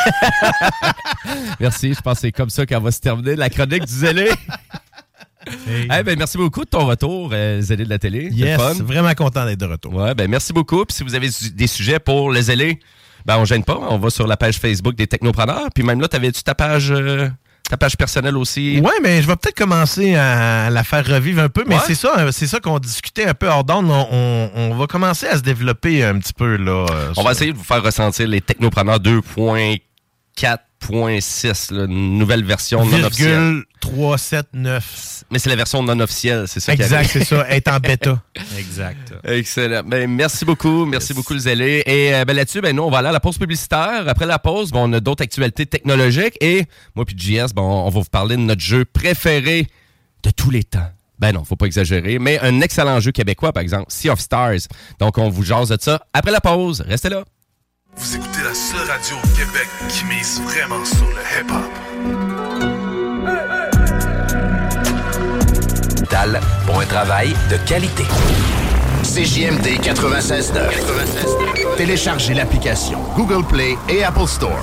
Merci, je pense que c'est comme ça qu'elle va se terminer la chronique du Zélé. Hey. Eh ben, merci beaucoup de ton retour, euh, Zélé de la télé. C'était Yes, fun. vraiment content d'être de retour. Ouais, ben merci beaucoup. Puis si vous avez su- des sujets pour les Zélé, ben on gêne pas. On va sur la page Facebook des Technopreneurs. Puis même là, t'avais-tu ta page, euh, ta page personnelle aussi? Ouais, mais je vais peut-être commencer à la faire revivre un peu, mais Ouais. c'est ça, euh, c'est ça qu'on discutait un peu hors d'onde. On, on, on va commencer à se développer un petit peu là. euh, On sur- va essayer de vous faire ressentir les Technopreneurs deux point quatre point six, là, une nouvelle version non officielle. virgule trois sept neuf. Mais c'est la version non officielle, c'est ça qui Exact, arrive. c'est ça, être en bêta. Exact. Excellent. Ben, merci beaucoup. Merci beaucoup, le Zélé. Et euh, ben, là-dessus, ben, nous, on va aller à la pause publicitaire. Après la pause, ben, on a d'autres actualités technologiques. Et moi puis J S, ben, on va vous parler de notre jeu préféré de tous les temps. Ben non, faut pas exagérer, mais un excellent jeu québécois, par exemple, Sea of Stars. Donc, on vous jase de ça après la pause. Restez là. Vous écoutez la seule radio au Québec qui mise vraiment sur le hip-hop. Tal pour un travail de qualité. C J M D quatre-vingt-seize neuf. Téléchargez l'application Google Play et Apple Store.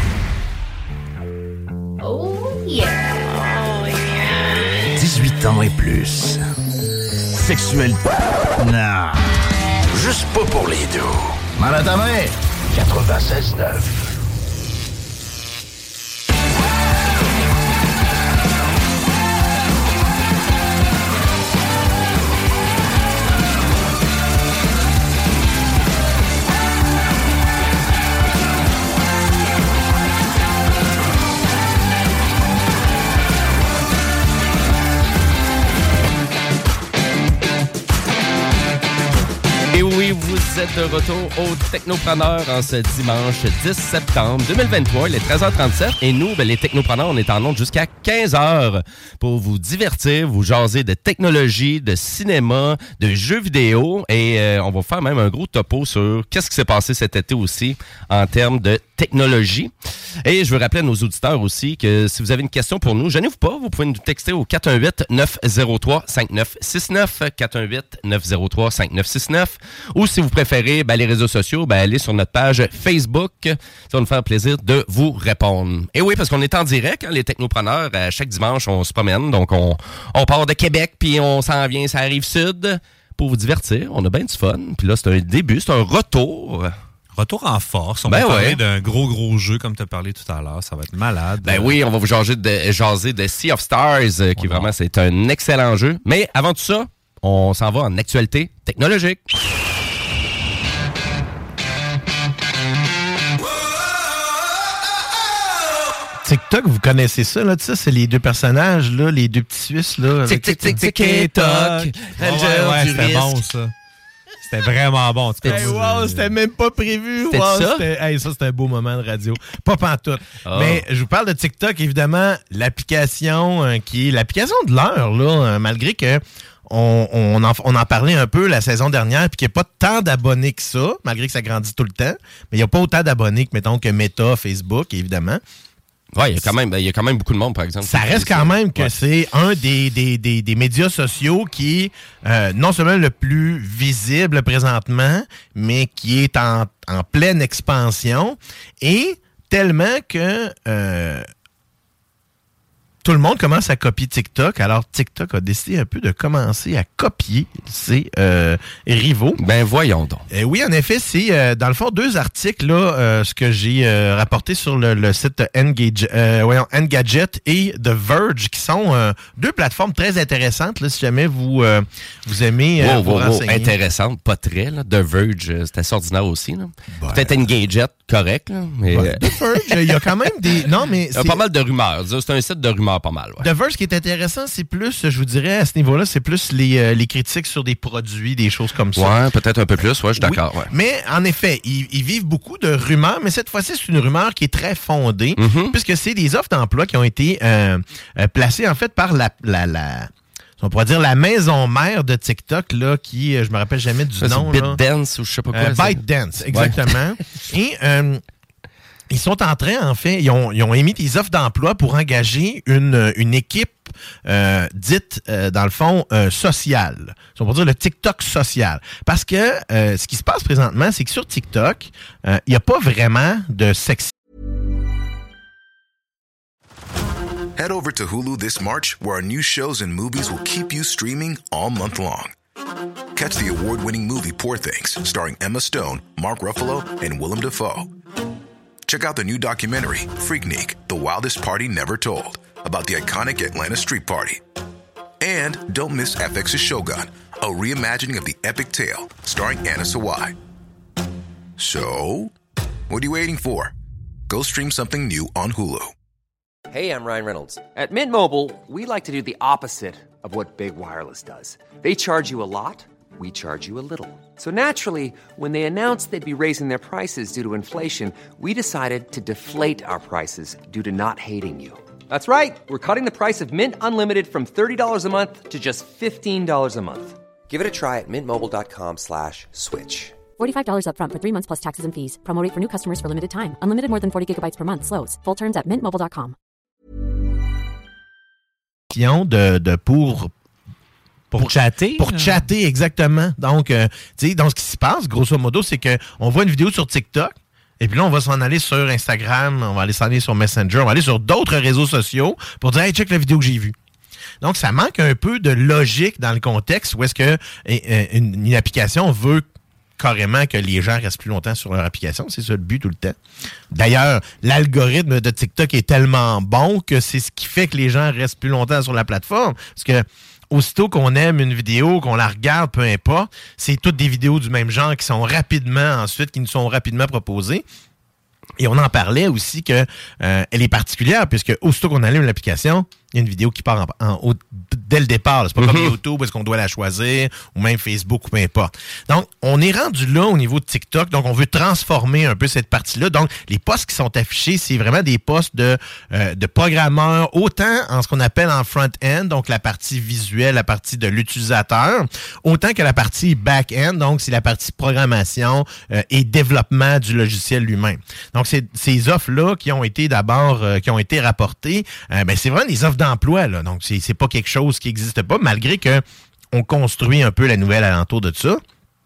Oh yeah. Oh yeah. dix-huit ans et plus. Sexuel. Non. Juste pas pour les deux. Mal à ta main. quatre-vingt-seize neuf. Et oui, vous êtes de retour au Technopreneur en ce dimanche dix septembre deux mille vingt-trois. Il est treize heures trente-sept et nous, ben, les Technopreneurs, on est en onde jusqu'à quinze heures pour vous divertir, vous jaser de technologie, de cinéma, de jeux vidéo et euh, on va faire même un gros topo sur qu'est-ce qui s'est passé cet été aussi en termes de technologie. Et je veux rappeler à nos auditeurs aussi que si vous avez une question pour nous, gênez-vous pas, vous pouvez nous texter au quatre un huit neuf zéro trois cinq neuf six neuf, quatre un huit neuf zéro trois cinq neuf six neuf, ou si vous préférez ben, les réseaux sociaux, ben, allez sur notre page Facebook. Ça va nous faire plaisir de vous répondre. Et oui, parce qu'on est en direct, hein, les Technopreneurs, à chaque dimanche, on se promène, donc on, on part de Québec, puis on s'en vient, ça arrive sud, pour vous divertir. On a bien du fun. Puis là, c'est un début, c'est un retour. Retour en force. On ben va parler ouais. d'un gros, gros jeu, comme tu as parlé tout à l'heure. Ça va être malade. Ben oui, on va vous jaser de, jaser de Sea of Stars, euh, qui vraiment, c'est un excellent jeu. Mais avant tout ça, on s'en va en actualité technologique. TikTok, vous connaissez ça, là, tu sais, c'est les deux personnages, là, les deux petits Suisses, là. Tic, tic, tic, tic, TikTok. Ouais, ouais, c'était bon, ça. C'était vraiment bon. Tu hey, wow, c'était même pas prévu. C'était wow, ça? C'était, hey, ça, c'était un beau moment de radio. Pas pantoute. Oh. Mais je vous parle de TikTok, évidemment, l'application euh, qui est l'application de l'heure, là, euh, malgré que on, on, en, on en parlait un peu la saison dernière, puis qu'il n'y a pas tant d'abonnés que ça, malgré que ça grandit tout le temps. Mais il n'y a pas autant d'abonnés que, mettons, que Meta, Facebook, évidemment. Oui, il y a quand même, il y a quand même beaucoup de monde, par exemple. Ça reste quand même que ouais. c'est un des, des, des, des médias sociaux qui est euh, non seulement le plus visible présentement, mais qui est en, en pleine expansion. Et tellement que euh, tout le monde commence à copier TikTok. Alors, TikTok a décidé un peu de commencer à copier ses euh, rivaux. Ben, voyons donc. Euh, oui, en effet, c'est, euh, dans le fond, deux articles, là, euh, ce que j'ai euh, rapporté sur le, le site Engage, euh, voyons, Engadget et The Verge, qui sont euh, deux plateformes très intéressantes, là, si jamais vous, euh, vous aimez euh, wow, vous wow, renseigner. Wow, intéressante, pas très, là. The Verge, c'était assez ordinaire aussi, là. Ouais. Peut-être Engadget, correct, là. Mais... Ouais. The Verge, il y a quand même des... Non, mais il y a pas mal de rumeurs. C'est un site de rumeurs pas mal, ouais. The Verge, ce qui est intéressant, c'est plus, je vous dirais, à ce niveau-là, c'est plus les, euh, les critiques sur des produits, des choses comme ça. Ouais, peut-être un peu plus, ouais, je suis oui, d'accord. Ouais. Mais en effet, ils, ils vivent beaucoup de rumeurs, mais cette fois-ci, c'est une rumeur qui est très fondée, mm-hmm. puisque c'est des offres d'emploi qui ont été euh, euh, placées, en fait, par la... la, la on pourrait dire la maison mère de TikTok, là, qui, je me rappelle jamais du ça, nom. C'est ByteDance ou je sais pas quoi. Euh, ByteDance, exactement. Ouais. Et... Euh, ils sont en train, en fait, ils ont, ils ont émis des offres d'emploi pour engager une, une équipe euh, dite, euh, dans le fond, euh, sociale. On va dire le TikTok social. Parce que euh, ce qui se passe présentement, c'est que sur TikTok, il euh, n'y a pas vraiment de sexe. Head over to Hulu this March, where our new shows and movies will keep you streaming all month long. Catch the award-winning movie Poor Things, starring Emma Stone, Mark Ruffalo, and Willem Dafoe. Check out the new documentary, Freaknik, The Wildest Party Never Told, about the iconic Atlanta street party. And don't miss F X's Shogun, a reimagining of the epic tale, starring Anna Sawai. So, what are you waiting for? Go stream something new on Hulu. Hey, I'm Ryan Reynolds. At Mint Mobile, we like to do the opposite of what Big Wireless does. They charge you a lot, we charge you a little. So naturally, when they announced they'd be raising their prices due to inflation, we decided to deflate our prices due to not hating you. That's right. We're cutting the price of Mint Unlimited from thirty dollars a month to just fifteen dollars a month. Give it a try at mintmobile.com slash switch. forty-five dollars up front for three months plus taxes and fees. Promo rate for new customers for limited time. Unlimited more than forty gigabytes per month. Slows full terms at mint mobile dot com. De, de pour, pour pour chatter pour euh... chatter exactement. Donc, euh, tu sais, donc ce qui se passe, grosso modo, c'est que on voit une vidéo sur TikTok. Et puis là, on va s'en aller sur Instagram, on va aller s'en aller sur Messenger, on va aller sur d'autres réseaux sociaux pour dire « Hey, check la vidéo que j'ai vue ». Donc, ça manque un peu de logique dans le contexte où est-ce que une, une application veut carrément que les gens restent plus longtemps sur leur application. C'est ça le but tout le temps. D'ailleurs, l'algorithme de TikTok est tellement bon que c'est ce qui fait que les gens restent plus longtemps sur la plateforme. Parce que aussitôt qu'on aime une vidéo, qu'on la regarde, peu importe, c'est toutes des vidéos du même genre qui sont rapidement, ensuite, qui nous sont rapidement proposées. Et on en parlait aussi que euh, elle est particulière, puisque aussitôt qu'on allume l'application, il y a une vidéo qui part en, en haut dès le départ. Là. C'est pas mm-hmm. comme YouTube, est-ce qu'on doit la choisir, ou même Facebook, ou peu importe. Donc, on est rendu là au niveau de TikTok, donc on veut transformer un peu cette partie-là. Donc, les posts qui sont affichés, c'est vraiment des posts de, euh, de programmeurs, autant en ce qu'on appelle en front-end, donc la partie visuelle, la partie de l'utilisateur, autant que la partie back-end, donc c'est la partie programmation euh, et développement du logiciel lui-même. Donc, c'est, ces offres-là qui ont été d'abord, euh, qui ont été rapportées, euh, ben, c'est vraiment des offres d'emploi, là. Donc, c'est, c'est pas quelque chose qui n'existe pas, malgré que on construit un peu la nouvelle alentour de ça.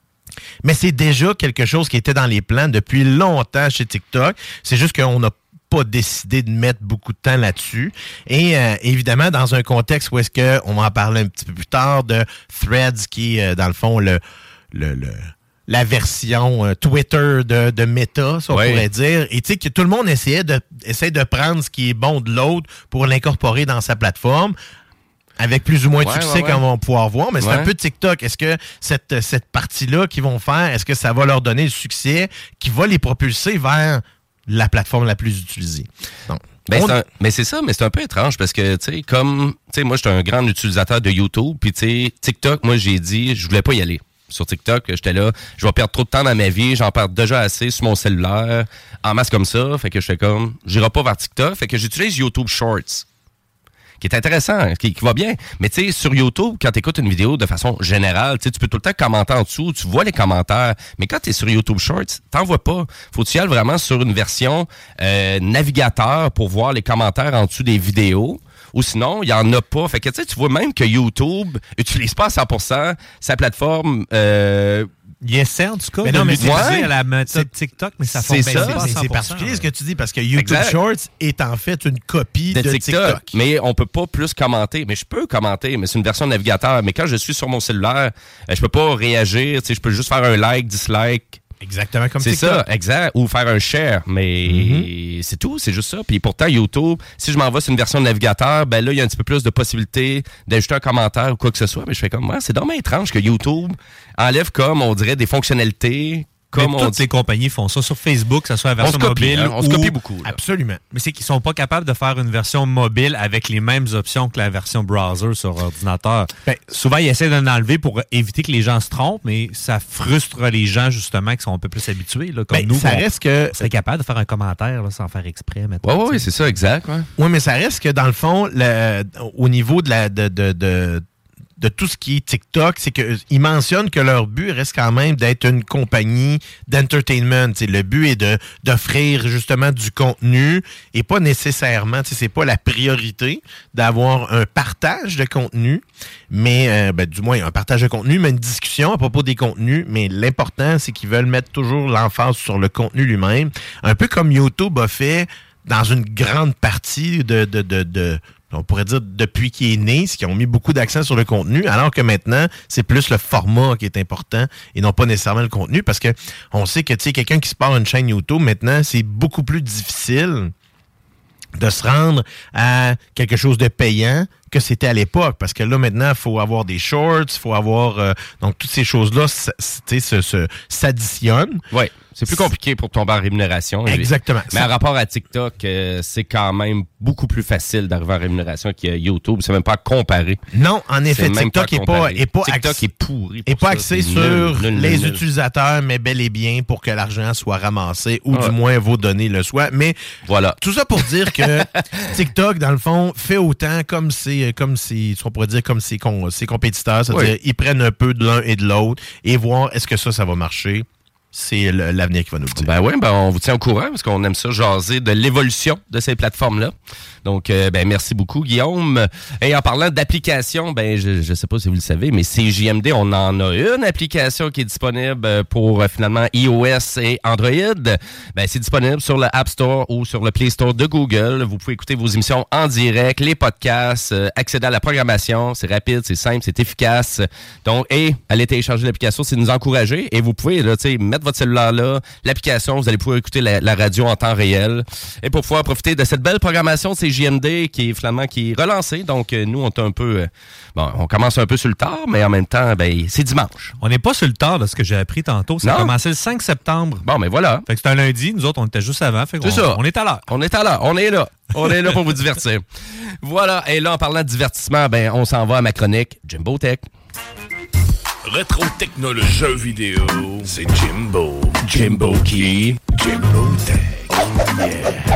Mais c'est déjà quelque chose qui était dans les plans depuis longtemps chez TikTok. C'est juste qu'on n'a pas décidé de mettre beaucoup de temps là-dessus. Et euh, évidemment, dans un contexte où est-ce que, on va en parler un petit peu plus tard, de Threads, qui est, euh, dans le fond, le... le, le la version euh, Twitter de, de Meta, ça on oui. pourrait dire. Et tu sais que tout le monde essayait de, essaie de prendre ce qui est bon de l'autre pour l'incorporer dans sa plateforme, avec plus ou moins de ouais, succès ouais, ouais. qu'on va pouvoir voir. Mais c'est ouais. un peu TikTok. Est-ce que cette, cette partie-là qu'ils vont faire, est-ce que ça va leur donner le succès qui va les propulser vers la plateforme la plus utilisée? Donc, Ben, c'est un, mais c'est ça, mais c'est un peu étrange parce que, tu sais, comme, tu sais, moi, je suis un grand utilisateur de YouTube, puis tu sais, TikTok, moi, j'ai dit, je voulais pas y aller. Sur TikTok, j'étais là, je vais perdre trop de temps dans ma vie, j'en perds déjà assez sur mon cellulaire, en masse comme ça, fait que je fais comme, j'irai pas vers TikTok, fait que j'utilise YouTube Shorts, qui est intéressant, qui, qui va bien. Mais tu sais, sur YouTube, quand tu écoutes une vidéo de façon générale, tu peux tout le temps commenter en dessous, tu vois les commentaires, mais quand tu es sur YouTube Shorts, t'en vois pas. Faut que tu y ailles vraiment sur une version euh, navigateur pour voir les commentaires en dessous des vidéos. Ou sinon, il n'y en a pas. Fait que tu sais, tu vois même que YouTube n'utilise pas à cent pour cent sa plateforme. Euh, il essaie en tout cas mais de non, mais l'utiliser ouais, à la méthode TikTok, mais ça fonctionne pas à cent pour cent. C'est particulier ce que tu dis, parce que YouTube exact. Shorts est en fait une copie de, de TikTok. TikTok. Mais on peut pas plus commenter. Mais je peux commenter, mais c'est une version navigateur. Mais quand je suis sur mon cellulaire, je peux pas réagir. Je peux juste faire un like, dislike. Exactement comme c'est TikTok. C'est ça, exact. Ou faire un share, mais mm-hmm. c'est tout, c'est juste ça. Puis pourtant, YouTube, si je m'en vais sur une version de navigateur, ben là, il y a un petit peu plus de possibilités d'ajouter un commentaire ou quoi que ce soit. Mais je fais comme, ouais, c'est dommage étrange que YouTube enlève comme, on dirait, des fonctionnalités. Comme mais toutes ces compagnies font ça sur Facebook, que ce soit la version on se copie, mobile. Hein, on ou... se copie beaucoup. Là. Absolument. Mais c'est qu'ils sont pas capables de faire une version mobile avec les mêmes options que la version browser sur ordinateur. Ben, souvent, ils essaient d'en enlever pour éviter que les gens se trompent, mais ça frustre les gens, justement, qui sont un peu plus habitués. Là, comme ben, nous, ça on, reste que... on serait capable de faire un commentaire là, sans faire exprès. Oui, oui, ouais, c'est ça, exact. Oui, ouais, mais ça reste que, dans le fond, le, au niveau de la... de, de, de de tout ce qui est TikTok, c'est qu'ils mentionnent que leur but reste quand même d'être une compagnie d'entertainment. T'sais, le but est de d'offrir justement du contenu et pas nécessairement, c'est pas la priorité d'avoir un partage de contenu, mais euh, ben, du moins un partage de contenu, mais une discussion à propos des contenus. Mais l'important, c'est qu'ils veulent mettre toujours l'emphase sur le contenu lui-même. Un peu comme YouTube a fait dans une grande partie de... de, de, de on pourrait dire depuis qu'il est né, c'est qu'ils ont mis beaucoup d'accent sur le contenu, alors que maintenant, c'est plus le format qui est important et non pas nécessairement le contenu, parce que on sait que, tu sais, quelqu'un qui se part une chaîne YouTube, maintenant, c'est beaucoup plus difficile de se rendre à quelque chose de payant que c'était à l'époque. Parce que là, maintenant, il faut avoir des shorts, il faut avoir... Euh, donc, toutes ces choses-là, ça, se, se, s'additionnent. Oui. C'est plus compliqué pour tomber en rémunération. Exactement. Mais en rapport à TikTok, euh, c'est quand même beaucoup plus facile d'arriver en rémunération que YouTube. C'est même pas à comparer. Non, en effet, c'est TikTok n'est pas, est pas, TikTok axé, est pourri. Est pas ça. axé c'est sur nul, nul, les nul, utilisateurs, mais bel et bien pour que l'argent soit ramassé ou ouais. du moins vos données le soient. Mais voilà. Tout ça pour dire que TikTok, dans le fond, fait autant comme ses, comme ses, on pourrait dire comme ses, ses compétiteurs. C'est-à-dire, oui. ils prennent un peu de l'un et de l'autre et voir est-ce que ça, ça va marcher. C'est l'avenir qui va nous le dire. Ben oui, ben on vous tient au courant parce qu'on aime ça jaser de l'évolution de ces plateformes-là. Donc, euh, ben merci beaucoup, Guillaume. Et en parlant d'applications, ben je je sais pas si vous le savez, mais C J M D, on en a une application qui est disponible pour euh, finalement iOS et Android. Ben c'est disponible sur le App Store ou sur le Play Store de Google. Vous pouvez écouter vos émissions en direct, les podcasts, euh, accéder à la programmation. C'est rapide, c'est simple, c'est efficace. Donc, et allez télécharger l'application, c'est nous encourager. Et vous pouvez là, tu sais, mettre votre cellulaire là, l'application, vous allez pouvoir écouter la, la radio en temps réel. Et pour pouvoir profiter de cette belle programmation de C J M D qui est finalement qui est relancée. Donc, euh, nous, on est un peu... Euh, bon, on commence un peu sur le tard, mais en même temps, ben c'est dimanche. On n'est pas sur le tard de ce que j'ai appris tantôt. Ça a commencé le cinq septembre. Bon, mais voilà. Fait que c'est un lundi. Nous autres, on était juste avant. Fait c'est on, ça. On est à l'heure. On est à l'heure. On est là. On est là pour vous divertir. Voilà. Et là, en parlant de divertissement, ben on s'en va à ma chronique Jimbo Tech. Rétro technologie jeux vidéo, c'est Jimbo. Jimbo qui? Jimbo Tech. Oh yeah.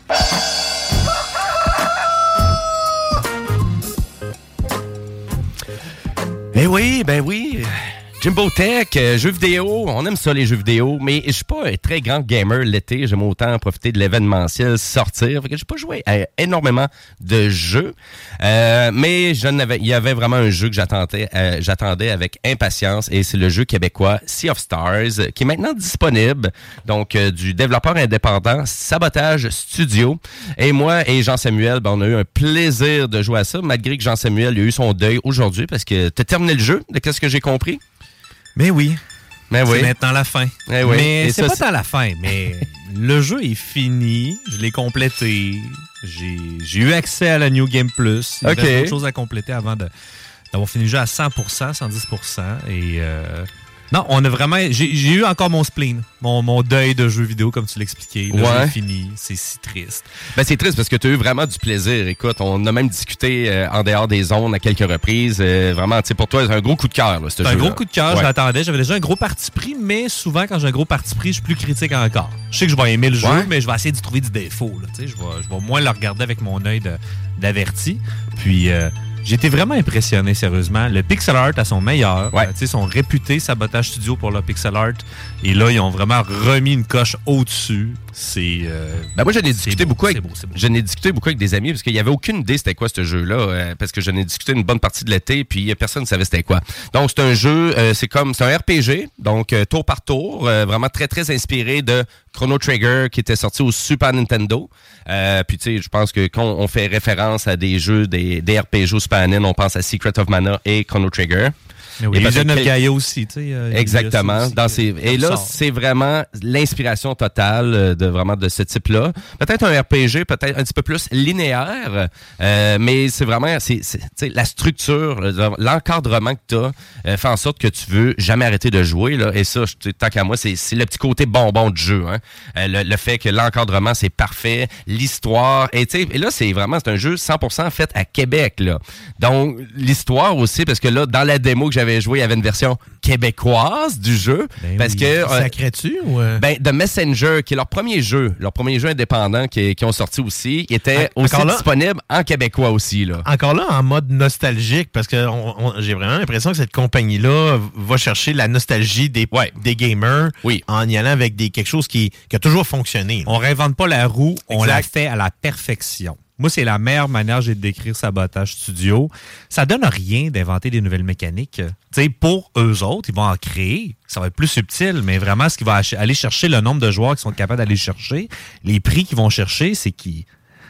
Eh oui, ben oui. Jimbo Tech, euh, jeux vidéo, on aime ça les jeux vidéo, mais je suis pas un très grand gamer l'été, j'aime autant profiter de l'événementiel, sortir, fait que j'ai pas joué à énormément de jeux, euh, mais je n'avais, il y avait vraiment un jeu que j'attendais, euh, j'attendais avec impatience et c'est le jeu québécois Sea of Stars qui est maintenant disponible, donc euh, du développeur indépendant Sabotage Studio. Et moi et Jean-Samuel, ben, on a eu un plaisir de jouer à ça, malgré que Jean-Samuel il a eu son deuil aujourd'hui parce que t'as terminé le jeu, de qu'est-ce que j'ai compris? Mais oui. Mais oui. C'est maintenant la fin. Mais, oui. mais Et c'est ça, pas c'est... tant la fin, mais le jeu est fini. Je l'ai complété. J'ai, j'ai eu accès à la New Game Plus. Il y okay. avait d'autres choses à compléter avant de, d'avoir fini le jeu à cent pour cent, cent dix pour cent. Et euh, non, on a vraiment... J'ai, j'ai eu encore mon spleen, mon, mon deuil de jeu vidéo, comme tu l'expliquais. Le ouais. jeu est fini. C'est si triste. Ben, c'est triste parce que tu as eu vraiment du plaisir. Écoute, on a même discuté euh, en dehors des zones à quelques reprises. Euh, vraiment, tu sais, pour toi, c'est un gros coup de cœur, là, ce C'est jeu-là. un gros coup de cœur, ouais. je l'attendais. J'avais déjà un gros parti pris, mais souvent, quand j'ai un gros parti pris, je suis plus critique encore. Je sais que je vais aimer le jeu, ouais. mais je vais essayer d'y trouver du défaut. Là, je, vais, je vais moins le regarder avec mon œil de, d'averti. Puis... Euh, J'ai été vraiment impressionné, sérieusement. Le pixel art à son meilleur. Ouais. Euh, ils sont réputés, Sabotage Studio, pour le pixel art. Et là, ils ont vraiment remis une coche au-dessus. C'est... Euh, ben moi, j'en ai discuté beau, beaucoup avec, c'est beau, c'est beau. j'en ai discuté beaucoup avec des amis parce qu'il n'y avait aucune idée c'était quoi ce jeu-là. Euh, parce que j'en ai discuté une bonne partie de l'été puis personne ne savait c'était quoi. Donc, c'est un jeu, euh, c'est comme, c'est un R P G. Donc, euh, tour par tour. Euh, vraiment très, très inspiré de Chrono Trigger qui était sorti au Super Nintendo. Euh, puis, tu sais, je pense que quand on fait référence à des jeux, des, des R P G au Super Nintendo, on pense à Secret of Mana et Chrono Trigger. Oui, et Legend of Gaia aussi, tu sais. Euh, Exactement. aussi dans ces... Et là, sort. C'est vraiment l'inspiration totale de vraiment de ce type-là. Peut-être un R P G, peut-être un petit peu plus linéaire, euh, mais c'est vraiment c'est, c'est la structure, l'encadrement que tu as euh, fait en sorte que tu veux jamais arrêter de jouer. Là. Et ça, tant qu'à moi, c'est, c'est le petit côté bonbon du jeu. Hein. Euh, le, le fait que l'encadrement, c'est parfait, l'histoire. Et, et là, c'est vraiment c'est un jeu cent pour cent fait à Québec. Là. Donc, l'histoire aussi, parce que là, dans la démo que j'avais joué, il y avait une version québécoise du jeu. Ben parce oui. que euh, Sacrais-tu ou euh... ben The Messenger, qui est leur premier jeu, leur premier jeu indépendant qui, qui ont sorti aussi, était en, aussi là, disponible en québécois aussi. Là. Encore là, en mode nostalgique, parce que on, on, j'ai vraiment l'impression que cette compagnie-là va chercher la nostalgie des, ouais. des gamers oui. en y allant avec des, quelque chose qui, qui a toujours fonctionné. On réinvente pas la roue, exact. On la fait à la perfection. Moi, c'est la meilleure manière j'ai de décrire Sabotage Studio. Ça donne rien d'inventer des nouvelles mécaniques. Tu sais, pour eux autres, ils vont en créer. Ça va être plus subtil, mais vraiment, ce qui va aller chercher le nombre de joueurs qui sont capables d'aller chercher, les prix qu'ils vont chercher, c'est qu'ils...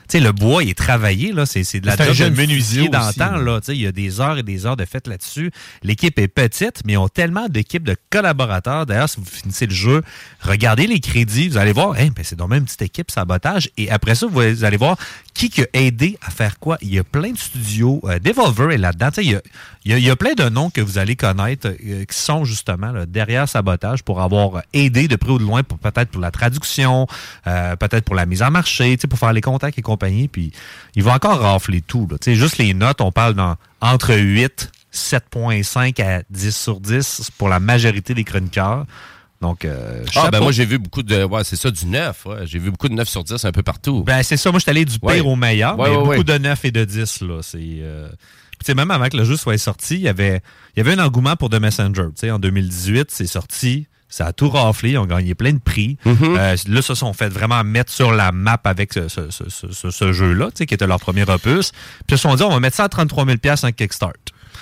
Tu sais, le bois, il est travaillé, là. C'est, c'est de la C'est un job jeune de menuisier physio d'antan, aussi, là. Tu sais, il y a des heures et des heures de fête là-dessus. L'équipe est petite, mais ils ont tellement d'équipes de collaborateurs. D'ailleurs, si vous finissez le jeu, regardez les crédits, vous allez voir, hein, ben, c'est donc même une petite équipe sabotage. Et après ça, vous allez voir qui qui a aidé à faire quoi. Il y a plein de studios. Euh, Devolver est là-dedans. Tu sais, il y a, il y a, il y a plein de noms que vous allez connaître euh, qui sont justement là, derrière Sabotage pour avoir aidé de près ou de loin, pour, peut-être pour la traduction, euh, peut-être pour la mise en marché, tu sais, pour faire les contacts et compagnie. Puis ils vont encore rafler tout. Là. Tu sais, juste les notes, on parle dans, entre huit, sept virgule cinq à dix sur dix pour la majorité des chroniqueurs. Donc, euh, ah, ben moi, j'ai vu beaucoup de. Ouais, c'est ça, du neuf. Ouais. J'ai vu beaucoup de neuf sur dix un peu partout. Ben, c'est ça. Moi, je suis allé du pire ouais. au meilleur, ouais, mais ouais, beaucoup ouais. de neuf et de dix, là. C'est. Euh... Tu sais, même avant que le jeu soit sorti, il y avait, il y avait un engouement pour The Messenger. Tu sais, en deux mille dix-huit, c'est sorti. Ça a tout raflé. Ils ont gagné plein de prix. Mm-hmm. Euh, là, ça, sont fait vraiment mettre sur la map avec ce, ce, ce, ce, ce jeu-là, tu sais, qui était leur premier opus. Puis, ils se sont dit, on va mettre ça à trente-trois mille dollars en Kickstart.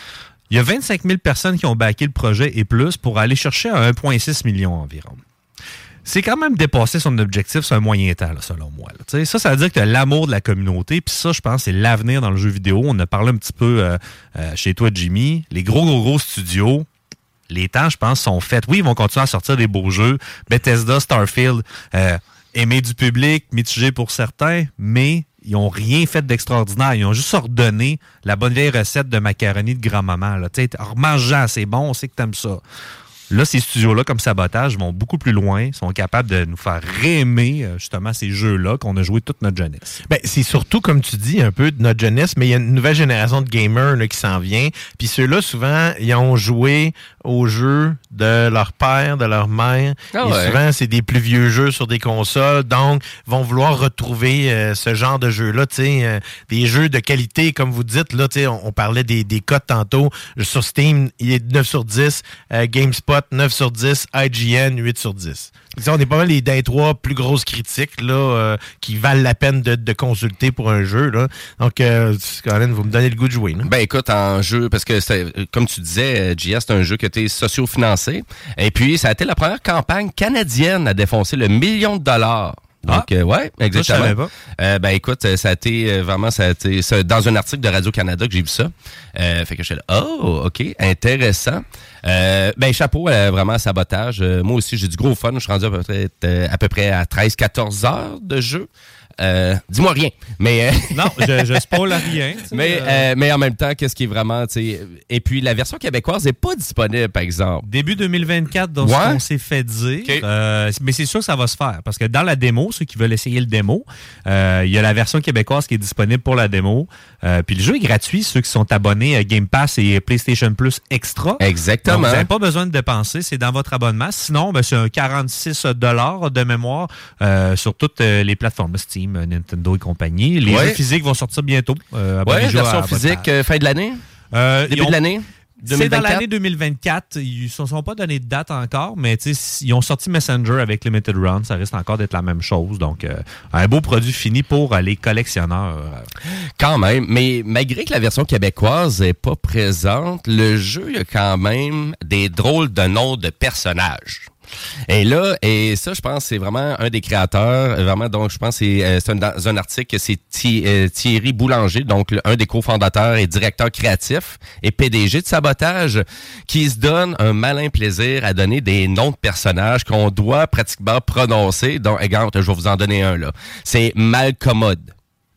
Il y a vingt-cinq mille personnes qui ont backé le projet et plus pour aller chercher à un virgule six million environ. C'est quand même dépassé son objectif sur un moyen temps, là, selon moi. Là. Ça, ça veut dire que tu as l'amour de la communauté. Puis ça, je pense, c'est l'avenir dans le jeu vidéo. On a parlé un petit peu euh, euh, chez toi, Jimmy. Les gros, gros, gros studios, les temps, je pense, sont faits. Oui, ils vont continuer à sortir des beaux jeux. Bethesda, Starfield, euh, aimé du public, mitigé pour certains, mais ils n'ont rien fait d'extraordinaire. Ils ont juste ordonné la bonne vieille recette de macaroni de grand-maman. Tu sais, remangeant, c'est bon, on sait que t'aimes ça. Là, ces studios-là, comme Sabotage, vont beaucoup plus loin, sont capables de nous faire réaimer justement ces jeux-là qu'on a joué toute notre jeunesse. Ben, c'est surtout, comme tu dis, un peu de notre jeunesse, mais il y a une nouvelle génération de gamers là, qui s'en vient. Puis ceux-là, souvent, ils ont joué aux jeux de leur père, de leur mère. Ah et ouais. souvent, c'est des plus vieux jeux sur des consoles. Donc, vont vouloir retrouver euh, ce genre de jeux-là. Tu sais, euh, des jeux de qualité, comme vous dites. Là, tu sais, on, on parlait des, des cotes tantôt. Sur Steam, il est neuf sur dix. Euh, GameSpot, neuf sur dix. I G N, huit sur dix. On est pas mal les d'un trois plus grosses critiques là, euh, qui valent la peine de, de consulter pour un jeu. Là. Donc, euh, Colin, vous me donnez le goût de jouer. Là. Ben écoute, en jeu, parce que c'est, comme tu disais, J S, c'est un jeu qui a été socio-financé. Et puis, ça a été la première campagne canadienne à défoncer le million de dollars. Donc, ah, euh, ouais, exactement. Ça, je savais pas. Euh, ben, écoute, ça a été euh, vraiment, ça a été ça, dans un article de Radio-Canada que j'ai vu ça. Euh, fait que je suis là, oh, OK, intéressant. Euh, ben, chapeau, euh, vraiment, à Sabotage. Euh, moi aussi, j'ai du gros fun. Je suis rendu à peu près, euh, à peu près à treize quatorze heures de jeu. Euh, dis-moi rien, mais... Euh, non, je, je spoil rien. Mais, euh, mais en même temps, qu'est-ce qui est vraiment... T'sais, et puis, la version québécoise n'est pas disponible, par exemple. Début deux mille vingt-quatre, dans ouais. ce qu'on s'est fait dire. Okay. Euh, mais c'est sûr que ça va se faire. Parce que dans la démo, ceux qui veulent essayer le démo, euh, il y a la version québécoise qui est disponible pour la démo. Euh, puis le jeu est gratuit, ceux qui sont abonnés à Game Pass et PlayStation Plus Extra. Exactement. Donc, vous n'avez pas besoin de dépenser, c'est dans votre abonnement. Sinon, ben, c'est un quarante-six dollars de mémoire euh, sur toutes euh, les plateformes Steam, Nintendo et compagnie. Les ouais. jeux physiques vont sortir bientôt. Euh, ouais, version physique, euh, fin de l'année? Euh, Début ont... de l'année? C'est dans l'année deux mille vingt-quatre. Ils ne se sont pas donné de date encore, mais ils ont sorti Messenger avec Limited Run. Ça risque encore d'être la même chose. Donc, euh, un beau produit fini pour euh, les collectionneurs. Quand même. Mais malgré que la version québécoise n'est pas présente, le jeu, il y a quand même des drôles de noms de personnages. Et là, et ça, je pense, c'est vraiment un des créateurs, vraiment, donc, je pense, c'est, euh, c'est un, dans un article que c'est Thi, euh, Thierry Boulanger, donc, le, un des cofondateurs et directeur créatif et P D G de Sabotage, qui se donne un malin plaisir à donner des noms de personnages qu'on doit pratiquement prononcer. Donc, exemple, je vais vous en donner un, là. C'est Malcommode.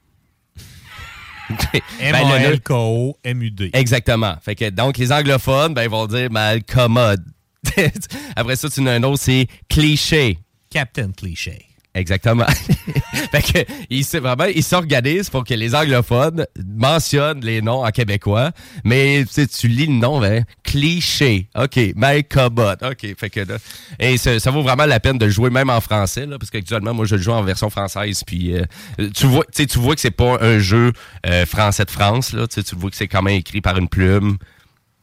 M A L K O M U D. Exactement. Fait que, donc, les anglophones, ben, ils vont dire Malcommode. Après ça, tu as un autre, c'est Cliché. Captain Cliché. Exactement. Fait que, il, vraiment, il s'organise pour que les anglophones mentionnent les noms en québécois, mais tu, sais, tu lis le nom, ben, Cliché. OK. Mike Cobot. OK. Fait que là, et ça, ça vaut vraiment la peine de le jouer même en français, là, parce qu'actuellement, moi, je le joue en version française, puis euh, tu vois, tu sais, tu vois que c'est pas un jeu euh, français de France, là, tu sais, tu vois que c'est quand même écrit par une plume.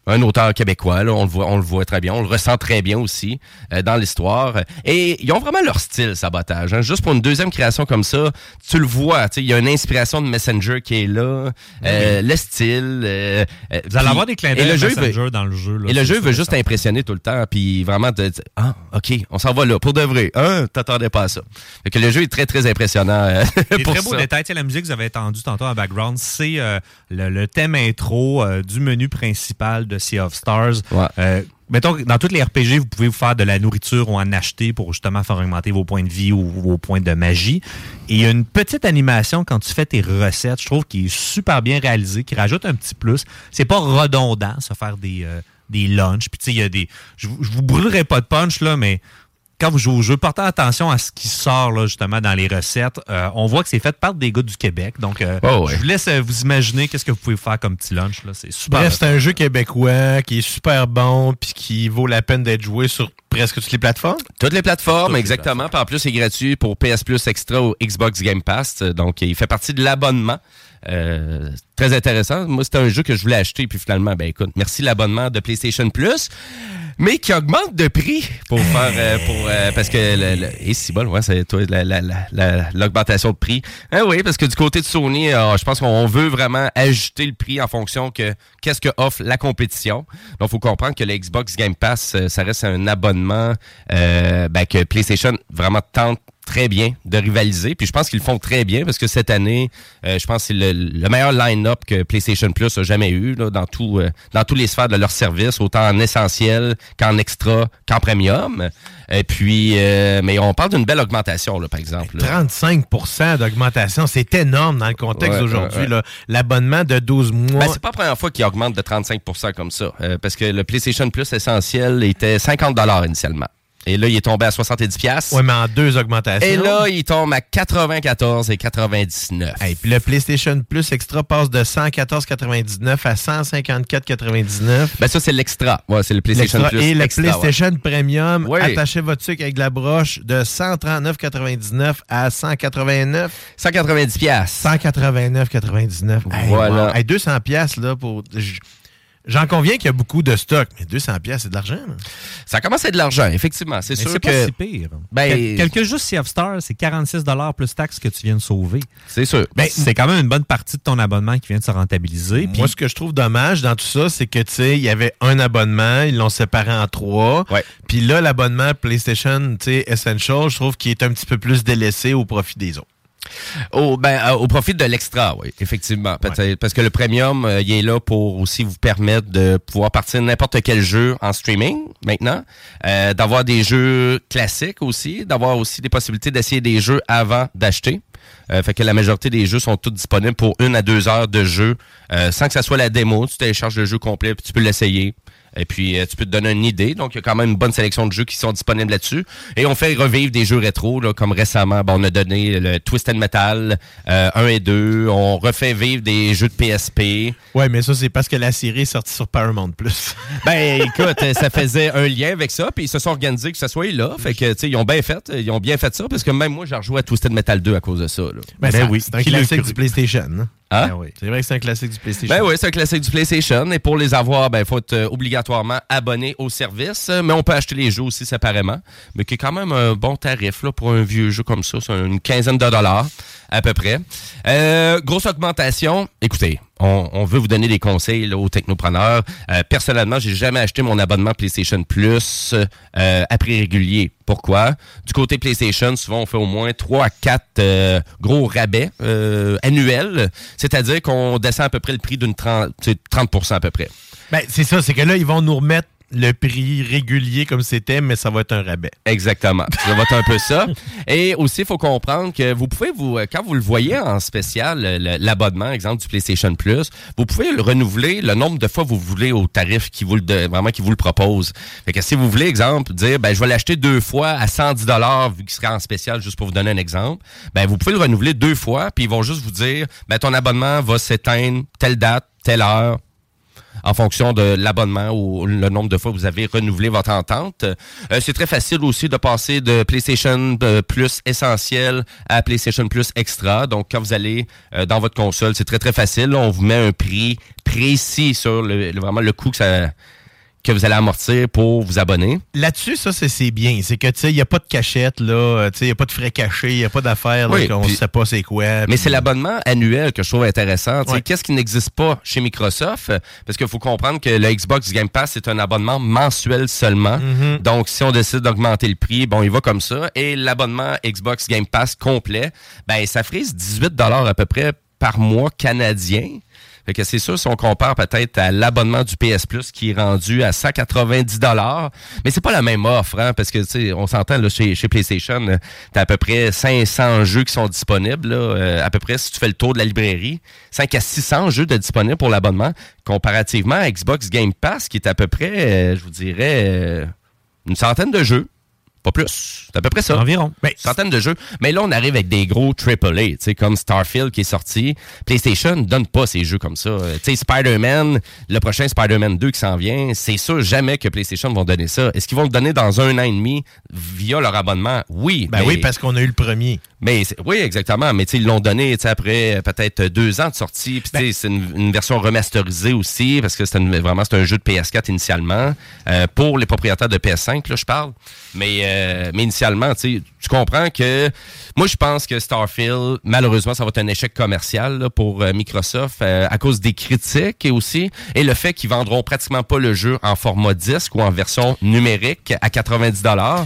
un auteur québécois, là, on le voit, on le voit très bien, on le ressent très bien aussi euh, dans l'histoire. Et ils ont vraiment leur style, Sabotage. Hein. Juste pour une deuxième création comme ça, tu le vois, il y a une inspiration de Messenger qui est là, euh, oui. le style. Euh, Vous allez avoir des clins d'œil de Messenger veut, dans le jeu. Là, et le jeu veut juste t'impressionner tout le temps, puis vraiment te dire, ah, ok, on s'en va là, pour de vrai. Hein, t'attendais pas à ça. Fait que le jeu est très, très impressionnant. Euh, des très beaux détails. La musique que vous avez entendue tantôt en background, c'est euh, le, le thème intro euh, du menu principal de Sea of Stars. Ouais. Euh, mettons, dans tous les R P G, vous pouvez vous faire de la nourriture ou en acheter pour justement faire augmenter vos points de vie ou vos points de magie. Et il y a une petite animation quand tu fais tes recettes, je trouve, qui est super bien réalisée, qui rajoute un petit plus. C'est pas redondant, ça, faire des, euh, des lunchs. Puis tu sais, il y a des... Je, je vous brûlerai pas de punch, là, mais... Quand vous jouez au jeu, portez attention à ce qui sort là, justement dans les recettes. Euh, on voit que c'est fait par des gars du Québec. Donc, euh, oh ouais. je vous laisse euh, vous imaginer qu'est-ce que vous pouvez faire comme petit lunch. Là. C'est super. Bref, c'est un jeu québécois qui est super bon puis qui vaut la peine d'être joué sur presque toutes les plateformes. Toutes les plateformes, toutes exactement. Les plateformes. Puis en plus, c'est gratuit pour P S Plus Extra ou Xbox Game Pass. Donc, il fait partie de l'abonnement. Euh, très intéressant. Moi, c'était un jeu que je voulais acheter. Puis finalement, ben écoute, merci l'abonnement de PlayStation Plus. Mais qui augmente de prix pour faire euh, pour euh, parce que le, le, et si bon ouais c'est toi la, la, la, la, l'augmentation de prix. Ah oui, parce que du côté de Sony, euh, je pense qu'on veut vraiment ajuster le prix en fonction que qu'est-ce que offre la compétition. Donc il faut comprendre que le Xbox Game Pass ça reste un abonnement euh, ben, que PlayStation vraiment tente très bien de rivaliser. Puis je pense qu'ils le font très bien parce que cette année, euh, je pense que c'est le, le meilleur line-up que PlayStation Plus a jamais eu là, dans tout euh, dans tous les sphères de leur service, autant en essentiel qu'en extra, qu'en premium. Et puis, euh, mais on parle d'une belle augmentation, là, par exemple. Là. trente-cinq pour cent d'augmentation, c'est énorme dans le contexte ouais, d'aujourd'hui. Ouais, ouais. Là. L'abonnement de douze mois... Ben, c'est pas la première fois qu'il augmente de trente-cinq pour cent comme ça, euh, parce que le PlayStation Plus essentiel était cinquante dollars initialement. Et là, il est tombé à soixante-dix dollars. Oui, mais en deux augmentations. Et là, il tombe à quatre-vingt-quatorze et quatre-vingt-dix-neuf. Et puis le PlayStation Plus Extra passe de cent quatorze quatre-vingt-dix-neuf à cent cinquante-quatre quatre-vingt-dix-neuf. Ben ça, c'est l'extra. Ouais, c'est le PlayStation l'extra. Plus Et le extra, PlayStation ouais. Premium, oui. attachez votre sucre avec la broche de cent trente-neuf quatre-vingt-dix-neuf à cent quatre-vingt-neuf. cent quatre-vingt-dix dollars. cent quatre-vingt-neuf quatre-vingt-dix-neuf. Voilà. Wow. Hey, deux cents dollars là pour... J'en conviens qu'il y a beaucoup de stock, mais deux cents dollars, c'est de l'argent. Là. Ça commence à être de l'argent, effectivement. C'est mais sûr c'est que... pas si pire. Ben... Quel- quelques jeux Sea of Stars, c'est quarante-six dollars plus taxes que tu viens de sauver. C'est sûr. Ben, c'est quand même une bonne partie de ton abonnement qui vient de se rentabiliser. Moi, Puis... ce que je trouve dommage dans tout ça, c'est que, tu sais, il y avait un abonnement, ils l'ont séparé en trois. Ouais. Puis là, l'abonnement PlayStation, tu sais, Essential, je trouve qu'il est un petit peu plus délaissé au profit des autres. Au, ben, euh, au profit de l'extra, oui, effectivement. Ouais. Parce que le premium, euh, il est là pour aussi vous permettre de pouvoir partir de n'importe quel jeu en streaming maintenant, euh, d'avoir des jeux classiques aussi, d'avoir aussi des possibilités d'essayer des jeux avant d'acheter. Euh, fait que la majorité des jeux sont tous disponibles pour une à deux heures de jeu, euh, sans que ça soit la démo. Tu télécharges le jeu complet puis tu peux l'essayer. Et puis, euh, tu peux te donner une idée. Donc, il y a quand même une bonne sélection de jeux qui sont disponibles là-dessus. Et on fait revivre des jeux rétro, là, comme récemment, ben, on a donné le Twisted Metal euh, un et deux. On refait vivre des jeux de P S P. Ouais, mais ça, c'est parce que la série est sortie sur Paramount Plus. Ben, écoute, ça faisait un lien avec ça. Puis, ils se sont organisés que ça soit là. Fait que, tu sais, ils ont bien fait. Ils ont bien fait ça. Parce que même moi, j'ai rejoué à Twisted Metal deux à cause de ça. Là. Ben, ben ça, oui. C'est un classique du PlayStation. Hein? Hein? Ben oui. C'est vrai que c'est un classique du PlayStation. Ben oui, c'est un classique du PlayStation. Et pour les avoir, ben, il faut être euh, obligatoirement abonné au service. Mais on peut acheter les jeux aussi séparément. Mais qui est quand même un bon tarif là, pour un vieux jeu comme ça. C'est une quinzaine de dollars à peu près. Euh, grosse augmentation. Écoutez, on, on veut vous donner des conseils là, aux technopreneurs. Euh, personnellement, j'ai jamais acheté mon abonnement PlayStation Plus euh, à prix régulier. Pourquoi? Du côté PlayStation, souvent, on fait au moins trois à quatre euh, gros rabais euh, annuels. C'est-à-dire qu'on descend à peu près le prix d'une trente pour cent à peu près. Ben, c'est ça. C'est que là, ils vont nous remettre le prix régulier comme c'était, mais ça va être un rabais. Exactement. Ça va être un peu ça. Et aussi, il faut comprendre que vous pouvez, vous quand vous le voyez en spécial, le, l'abonnement, exemple, du PlayStation Plus, vous pouvez le renouveler le nombre de fois que vous voulez au tarif qui vous le, vraiment qui vous le propose. Fait que si vous voulez, exemple, dire, ben, je vais l'acheter deux fois à cent dix dollars vu qu'il sera en spécial, juste pour vous donner un exemple, ben, vous pouvez le renouveler deux fois, puis ils vont juste vous dire, ben, ton abonnement va s'éteindre telle date, telle heure. en fonction de l'abonnement ou le nombre de fois que vous avez renouvelé votre entente. Euh, c'est très facile aussi de passer de PlayStation Plus Essentiel à PlayStation Plus Extra. Donc, quand vous allez euh, dans votre console, c'est très, très facile. On vous met un prix précis sur le, le vraiment le coût que ça... que vous allez amortir pour vous abonner. Là-dessus, ça, c'est, c'est bien. C'est que, tu sais, il n'y a pas de cachette, là. Tu sais, il n'y a pas de frais cachés, il n'y a pas d'affaires, oui, là, qu'on ne sait pas c'est quoi. Mais pis... c'est l'abonnement annuel que je trouve intéressant. Ouais. Qu'est-ce qui n'existe pas chez Microsoft? Parce qu'il faut comprendre que le Xbox Game Pass, c'est un abonnement mensuel seulement. Mm-hmm. Donc, si on décide d'augmenter le prix, bon, il va comme ça. Et l'abonnement Xbox Game Pass complet, ben, ça frise dix-huit dollars à peu près par mois canadien. Fait que c'est sûr, si on compare peut-être à l'abonnement du P S Plus qui est rendu à cent quatre-vingt-dix dollars, mais c'est pas la même offre, hein, parce que, tu sais, on s'entend, là, chez, chez PlayStation, t'as à peu près cinq cents jeux qui sont disponibles, là, euh, à peu près, si tu fais le tour de la librairie, cinq à six cents jeux de disponibles pour l'abonnement, comparativement à Xbox Game Pass, qui est à peu près, euh, je vous dirais, euh, une centaine de jeux. Pas plus. C'est à peu près ça. Environ. Ben, centaines de jeux. Mais là, on arrive avec des gros triple A, tu sais, comme Starfield qui est sorti. PlayStation ne donne pas ces jeux comme ça. Tu sais, Spider-Man, le prochain Spider-Man deux qui s'en vient, c'est sûr jamais que PlayStation vont donner ça. Est-ce qu'ils vont le donner dans un an et demi via leur abonnement? Oui. Ben mais... oui, parce qu'on a eu le premier. Mais oui, exactement. Mais tu sais, ils l'ont donné après peut-être deux ans de sortie. Puis ben... c'est une, une version remasterisée aussi, parce que c'est une, vraiment c'est un jeu de P S quatre initialement. Euh, pour les propriétaires de P S cinq, là, je parle. Mais, euh, mais initialement, tu comprends que moi, je pense que Starfield, malheureusement, ça va être un échec commercial là, pour euh, Microsoft euh, à cause des critiques et aussi, et le fait qu'ils vendront pratiquement pas le jeu en format disque ou en version numérique à quatre-vingt-dix dollars.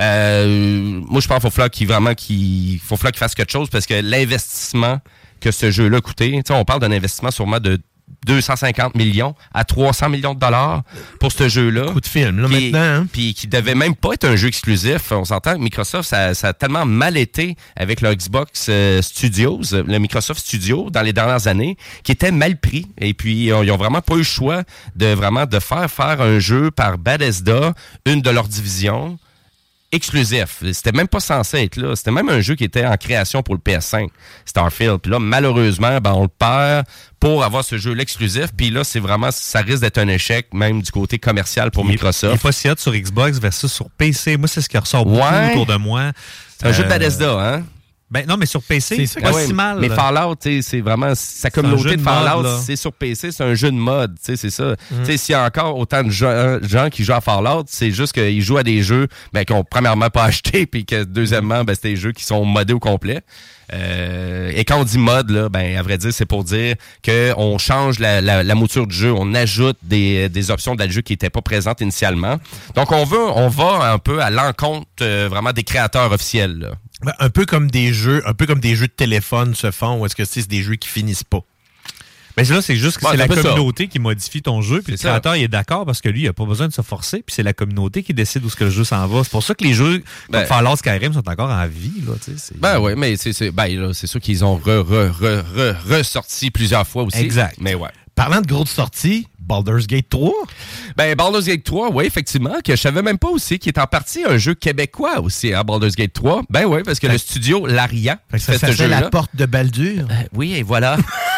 Euh, moi, je pense qu'il faut falloir qu'il vraiment qu'il faut falloir qu'il fasse quelque chose parce que l'investissement que ce jeu-là a coûté, on parle d'un investissement sûrement de deux cent cinquante millions à trois cents millions de dollars pour ce jeu-là. Coup de film, là, puis, maintenant. Hein? Puis qui devait même pas être un jeu exclusif. On s'entend que Microsoft, ça, ça a tellement mal été avec leur Xbox euh, Studios, le Microsoft Studio, dans les dernières années, qui était mal pris. Et puis, ils ont vraiment pas eu le choix de vraiment de faire faire un jeu par Bethesda, une de leurs divisions, exclusif. C'était même pas censé être là. C'était même un jeu qui était en création pour le P S cinq, Starfield. Puis là, malheureusement, ben, on le perd pour avoir ce jeu-là exclusif. Puis là, c'est vraiment, ça risque d'être un échec, même du côté commercial pour il, Microsoft. Il est pas si hot sur Xbox versus sur P C. Moi, c'est ce qui ressort beaucoup ouais. autour de moi. C'est un euh... jeu de Bethesda, hein? Ben non, mais sur P C, c'est pas ouais, si mal. Mais Fallout, c'est vraiment sa communauté de Fallout, c'est sur P C, c'est un jeu de mode, c'est ça. Mm. S'il y a encore autant de gens, gens qui jouent à Fallout, c'est juste qu'ils jouent à des jeux ben, qu'ils ont premièrement pas acheté, puis que deuxièmement, ben, c'est des jeux qui sont modés au complet. Euh, et quand on dit mode, là, ben à vrai dire, c'est pour dire qu'on change la, la, la mouture du jeu, on ajoute des, des options dans le jeu qui n'étaient pas présentes initialement. Donc on veut, on va un peu à l'encontre euh, vraiment des créateurs officiels. Là. Ben, un peu comme des jeux, un peu comme des jeux de téléphone se font, ou est-ce que c'est des jeux qui finissent pas? Mais là, c'est juste que ouais, c'est la communauté ça. qui modifie ton jeu, puis le créateur, il est d'accord parce que lui, il n'a pas besoin de se forcer, puis c'est la communauté qui décide où ce que le jeu s'en va. C'est pour ça que les jeux ben, comme Fallout, Skyrim sont encore en vie. Là, c'est... Ben oui, mais c'est, c'est, ben, là, c'est sûr qu'ils ont re, re, re, re, ressorti plusieurs fois aussi. Exact. Mais ouais. Parlant de grosses sorties, Baldur's Gate trois? Ben, Baldur's Gate trois, oui, effectivement, que je savais même pas aussi, qui est en partie un jeu québécois aussi, hein, Baldur's Gate trois. Ben oui, parce que fait, le studio Larian fait, ça fait ce la porte de Baldur. Euh, oui, et voilà.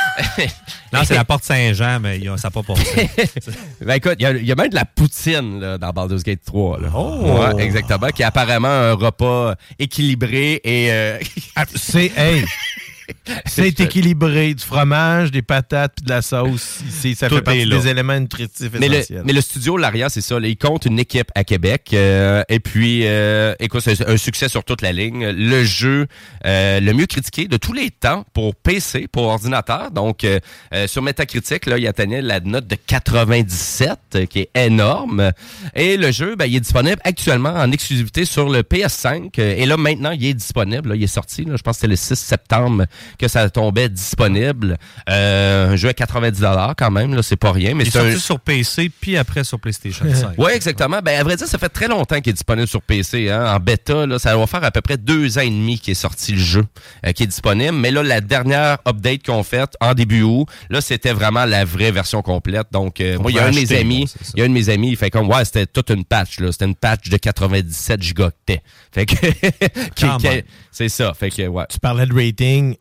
Non, c'est la porte Saint-Jean, mais ça n'a pas passé. Ben écoute, il y, y a même de la poutine là, dans Baldur's Gate trois. Là. Oh! Ouais, exactement, qui est apparemment un repas équilibré et... Euh... c'est... Hey! C'est équilibré, du fromage, des patates puis de la sauce. C'est, ça Tout fait partie des éléments nutritifs mais essentiels. Le, mais le studio Larian, c'est ça. Là, il compte une équipe à Québec. Euh, et puis, euh, écoute, c'est un succès sur toute la ligne. Le jeu euh, le mieux critiqué de tous les temps pour P C, pour ordinateur. Donc, euh, sur Metacritic, là, il atteignait la note de quatre-vingt-dix-sept, euh, qui est énorme. Et le jeu, ben, il est disponible actuellement en exclusivité sur le P S cinq. Et là, maintenant, il est disponible. Là, il est sorti. Là, je pense que c'était le six septembre que ça tombait disponible. Euh, un jeu à quatre-vingt-dix dollars quand même, là, c'est pas rien. Mais il est c'est sorti un... sur P C, puis après sur PlayStation cinq. Oui, exactement. Ben, à vrai dire, ça fait très longtemps qu'il est disponible sur P C. Hein. En bêta, là, ça va faire à peu près deux ans et demi qu'il est sorti le jeu, euh, qui est disponible. Mais là, la dernière update qu'on fait en début août, là, c'était vraiment la vraie version complète. Donc, euh, moi, il y a un de mes amis, il y a un de mes amis, il fait comme, ouais, c'était toute une patch, là. C'était une patch de quatre-vingt-dix-sept gigaoctets. Fait que, qui, qui, c'est ça. Fait que, ouais. Tu parlais de rating.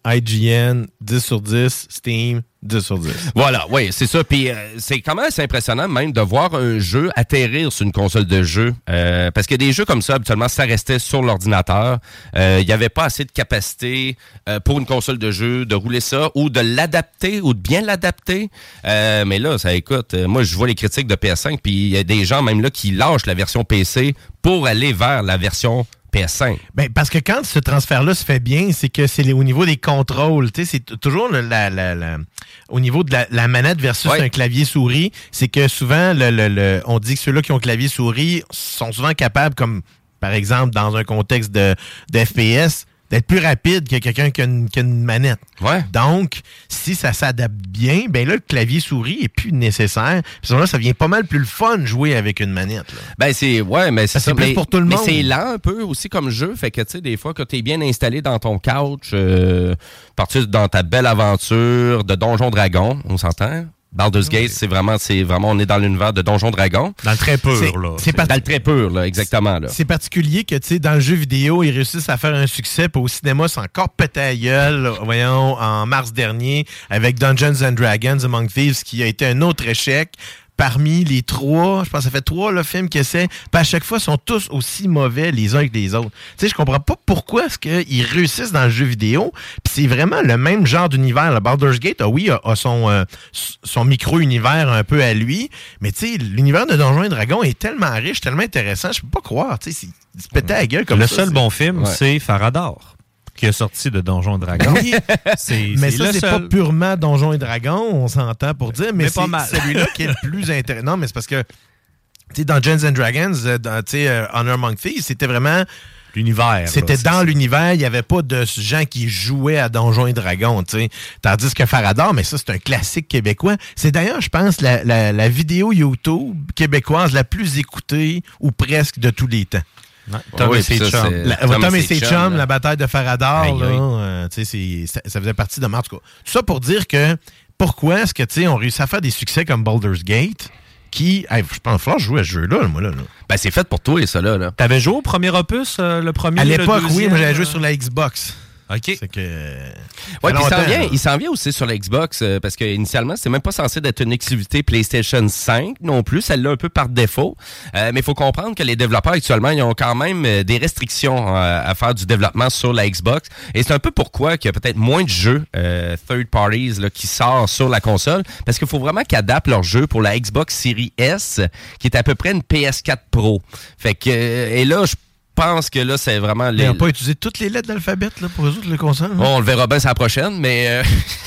I G N, dix sur dix, Steam, dix sur dix. Voilà, oui, c'est ça. Puis euh, c'est quand même assez impressionnant même de voir un jeu atterrir sur une console de jeu. Euh, parce que des jeux comme ça, habituellement, ça restait sur l'ordinateur. Il euh, n'y avait pas assez de capacité euh, pour une console de jeu de rouler ça ou de l'adapter ou de bien l'adapter. Euh, mais là, ça écoute, euh, moi je vois les critiques de P S cinq, puis il y a des gens même là qui lâchent la version P C pour aller vers la version P S cinq. Ben, parce que quand ce transfert-là se fait bien, c'est que c'est les, au niveau des contrôles. Tu sais, c'est t- toujours le, la, la, la, au niveau de la, la manette versus ouais. un clavier-souris. C'est que souvent, le, le, le, on dit que ceux-là qui ont clavier-souris sont souvent capables, comme par exemple dans un contexte de, de F P S, d'être plus rapide que quelqu'un qui a une, qui a une manette. Ouais. Donc, si ça s'adapte bien, ben là, le clavier-souris est plus nécessaire. Puis là, ça devient pas mal plus le fun de jouer avec une manette. Là. Ben, c'est... Ouais, mais c'est ça. C'est plus mais, pour tout le mais monde. c'est lent un peu aussi comme jeu. Fait que, tu sais, des fois, quand t'es bien installé dans ton couch, euh, partir dans ta belle aventure de Donjon Dragon, on s'entend? Baldur's Gate, oui. c'est vraiment, c'est vraiment, on est dans l'univers de Donjon Dragon. Dans le très pur, c'est, là. C'est part... Dans le très pur, là, exactement, là. C'est particulier que, tu sais, dans le jeu vidéo, ils réussissent à faire un succès, puis au cinéma, c'est encore pété à gueule, voyons, en mars dernier, avec Dungeons and Dragons Among Thieves, qui a été un autre échec. Parmi les trois, je pense que ça fait trois là, films qui essaient, puis à chaque fois, ils sont tous aussi mauvais les uns que les autres. Tu sais, je comprends pas pourquoi est-ce qu'ils réussissent dans le jeu vidéo, puis c'est vraiment le même genre d'univers. Le Baldur's Gate, ah oui, a, a son, euh, son micro-univers un peu à lui, mais tu sais, l'univers de Donjons et Dragons est tellement riche, tellement intéressant, je peux pas croire, tu sais, c'est, c'est pété à la gueule comme le ça. Le seul c'est... bon film, ouais. c'est Faradar, qui est sorti de Donjons et Dragons. Oui, c'est, mais c'est ça, c'est seul. Pas purement Donjons et Dragons, on s'entend pour dire, mais, mais c'est pas mal. Celui-là qui est le plus intéressant. Non, mais c'est parce que, tu sais, Dungeons and Dragons, euh, tu sais, euh, Honor Among Thieves, c'était vraiment... L'univers. C'était là, dans ça. l'univers, il n'y avait pas de gens qui jouaient à Donjons et Dragons, tu sais. Tandis que Faradar, mais ça, c'est un classique québécois. C'est d'ailleurs, je pense, la, la, la vidéo YouTube québécoise la plus écoutée, ou presque, de tous les temps. Ouais, Tom, oui, et ses chums. La, Tom, Tom et ses chums, la bataille de Faradar, aïe, là, aïe. Euh, c'est, ça, ça faisait partie de... En tout cas, tout ça pour dire que pourquoi est-ce que, tu sais, on réussit à faire des succès comme Baldur's Gate, qui... Hey, je pense que je jouer à ce jeu-là, moi, là. là. Ben, c'est fait pour toi, ça, là. là. T'avais joué au premier opus, euh, le premier, à l'époque, le deuxième, oui, moi, j'avais joué euh... sur la Xbox. OK. C'est que... Ouais, puis il s'en vient, il s'en vient aussi sur la Xbox, euh, parce qu'initialement, c'était même pas censé être une exclusivité PlayStation cinq non plus, celle-là un peu par défaut. Euh, mais il faut comprendre que les développeurs actuellement, ils ont quand même euh, des restrictions euh, à faire du développement sur la Xbox. Et c'est un peu pourquoi qu'il y a peut-être moins de jeux euh, third parties là, qui sortent sur la console, parce qu'il faut vraiment qu'ils adaptent leurs jeux pour la Xbox Series S, qui est à peu près une P S quatre Pro. Fait que, euh, et là, je Je pense que là, c'est vraiment... Les... Ils n'ont pas utilisé toutes les lettres d'alphabet là, pour résoudre le console. Bon, on le verra bien sur la prochaine, mais... Euh...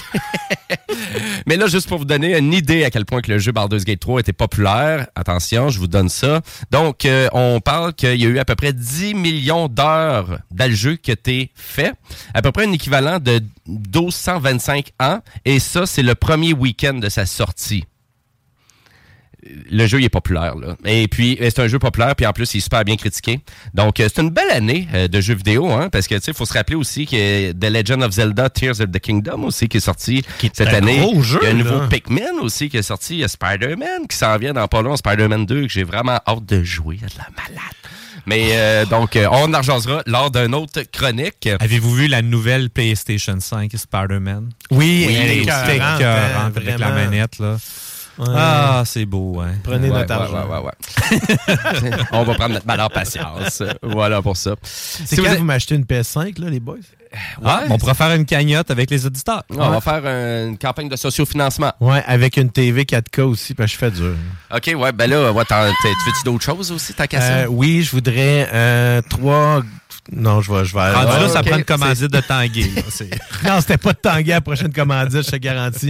mais là, juste pour vous donner une idée à quel point que le jeu Baldur's Gate trois était populaire, attention, je vous donne ça. Donc, euh, on parle qu'il y a eu à peu près dix millions d'heures dans le jeu qui a été fait, à peu près un équivalent de mille deux cent vingt-cinq ans, et ça, c'est le premier week-end de sa sortie. Le jeu, il est populaire, là. Et puis, c'est un jeu populaire, puis en plus, il est super bien critiqué. Donc, c'est une belle année euh, de jeux vidéo, hein, parce que, tu sais, il faut se rappeler aussi que The Legend of Zelda Tears of the Kingdom aussi, qui est sorti qui est cette un année. Gros jeu, il y a un nouveau là. Pikmin aussi qui est sorti. Il y a Spider-Man qui s'en vient dans pas long, Spider-Man deux, que j'ai vraiment hâte de jouer. Il y a de la malade. Mais euh, donc, euh, on en rejoindra lors d'une autre chronique. Avez-vous vu la nouvelle PlayStation cinq Spider-Man? Oui, oui elle est écœurante, hein, avec la manette, là. Ouais. Ah, c'est beau, hein. Prenez ouais, notre ouais, argent. Ouais, ouais, ouais. On va prendre notre malheur patience. Voilà pour ça. C'est si quand vous, vous, vous m'achetez une P S cinq, là, les boys? Ouais, on pourra faire une cagnotte avec les auditeurs. Ouais, on va faire une campagne de sociofinancement. Ouais, avec une T V quatre K aussi, parce que je fais dur. OK, ouais, ben là, ouais, tu veux-tu d'autres choses aussi, tant qu'à ça? Euh, oui, je voudrais euh, trois... Non, je vais... Je vais ah, ah, là, okay. ça prend une commandite de Tanguay. Là, non, c'était pas de Tanguay à la prochaine commandite, je te garantis.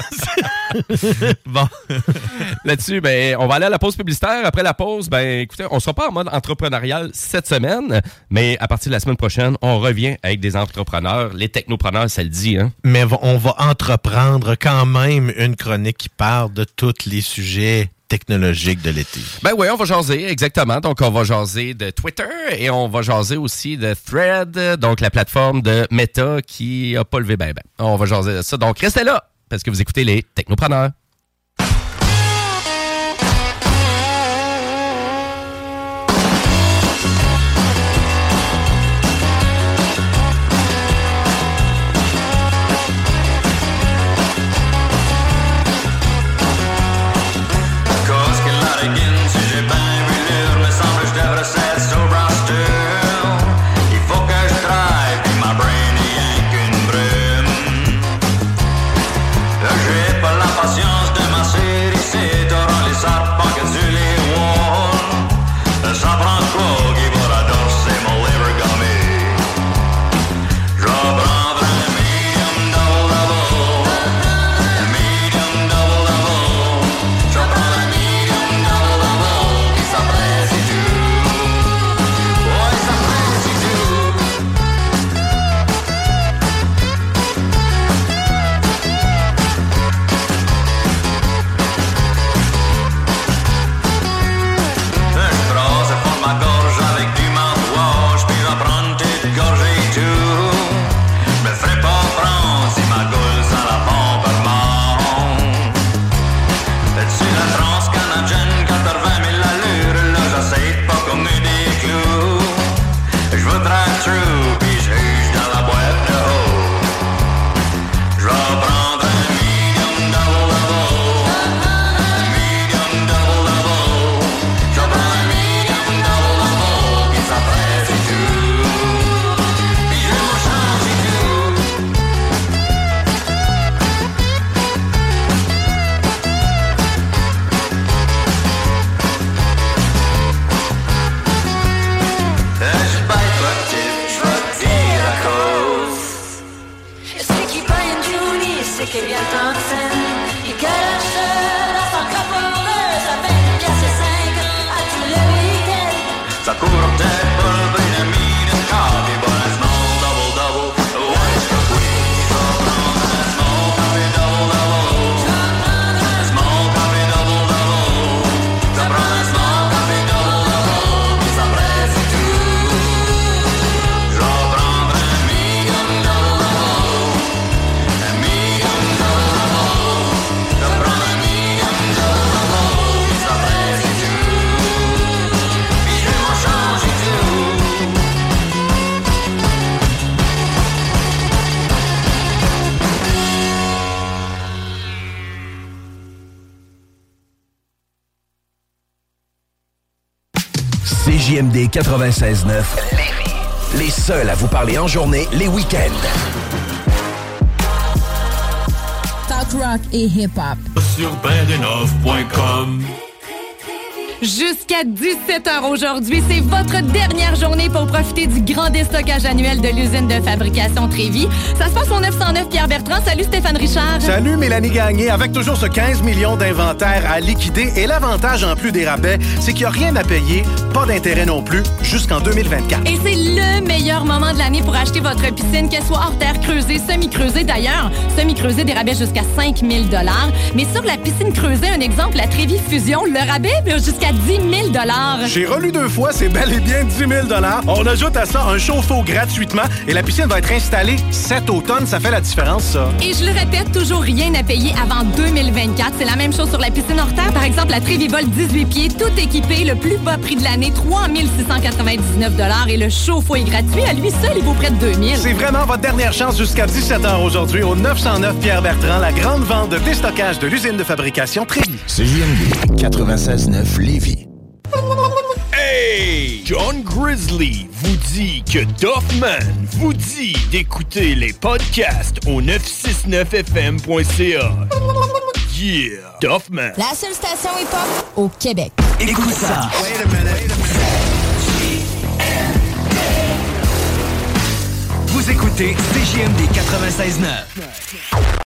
Bon. Là-dessus, ben, on va aller à la pause publicitaire. Après la pause, ben, écoutez, on ne sera pas en mode entrepreneurial cette semaine, mais à partir de la semaine prochaine, on revient avec des entrepreneurs. Les technopreneurs, ça le dit, hein? Mais on va entreprendre quand même une chronique qui parle de tous les sujets technologique de l'été. Ben oui, on va jaser, exactement. Donc, on va jaser de Twitter et on va jaser aussi de Thread, donc la plateforme de Meta qui a pas levé ben ben. On va jaser de ça. Donc, restez là parce que vous écoutez les Technopreneurs. c'est qu'il vient en scène. Il cache dans son caporal, ça fait une pièce et cinq à tous les week-ends. Ça court peut-être pas le bien ami de café, but a small double double. Ouais, je peux oui, ça prend un small café double double. Un small café double double. Ça prend un small café double double. Puis ça presse et tout. Je vais prendre un medium double double. Un medium double double. Ça prend un medium double double. Puis ça presse et tout. Puis je vais m'en changer tout. C J M D quatre-vingt-seize neuf, Lévis. Les seuls à vous parler en journée, les week-ends. Talk rock et hip-hop. Sur ben neuf point com. Jusqu'à dix-sept heures aujourd'hui, c'est votre dernière journée pour profiter du grand déstockage annuel de l'usine de fabrication Trévis. Ça se passe au neuf cent neuf Pierre-Bertrand. Salut Stéphane Richard. Salut Mélanie Gagné. Avec toujours ce quinze millions d'inventaire à liquider. Et l'avantage en plus des rabais, c'est qu'il n'y a rien à payer, pas d'intérêt non plus, jusqu'en deux mille vingt-quatre. Et c'est le meilleur moment de l'année pour acheter votre piscine, qu'elle soit hors terre creusée, semi-creusée. D'ailleurs, semi-creusée, des rabais jusqu'à cinq mille dollars. Mais sur la piscine creusée, un exemple, la Trévis Fusion, le rabais jusqu'à dix mille dollars. J'ai relu deux fois, c'est bel et bien dix mille dollars. On ajoute à ça un chauffe-eau gratuitement et la piscine va être installée cet automne. Ça fait la différence, ça. Et je le répète, toujours rien à payer avant deux mille vingt-quatre. C'est la même chose sur la piscine hors terre. Par exemple, la Trévis Vol dix-huit pieds, tout équipé, le plus bas prix de l'année, trois mille six cent quatre-vingt-dix-neuf dollars. Et le chauffe-eau est gratuit. À lui seul, il vaut près de deux mille. C'est vraiment votre dernière chance jusqu'à dix-sept heures aujourd'hui au neuf cent neuf Pierre-Bertrand, la grande vente de déstockage de l'usine de fabrication Trévis. C J M D quatre-vingt-seize neuf, Lévis. Hey! John Grizzly vous dit que Doffman vous dit d'écouter les podcasts au neuf cent soixante-neuf F M point C A. Yeah! Doffman. La seule station hip-hop au Québec. Écoute ça. Vous écoutez C J M D quatre-vingt-seize neuf.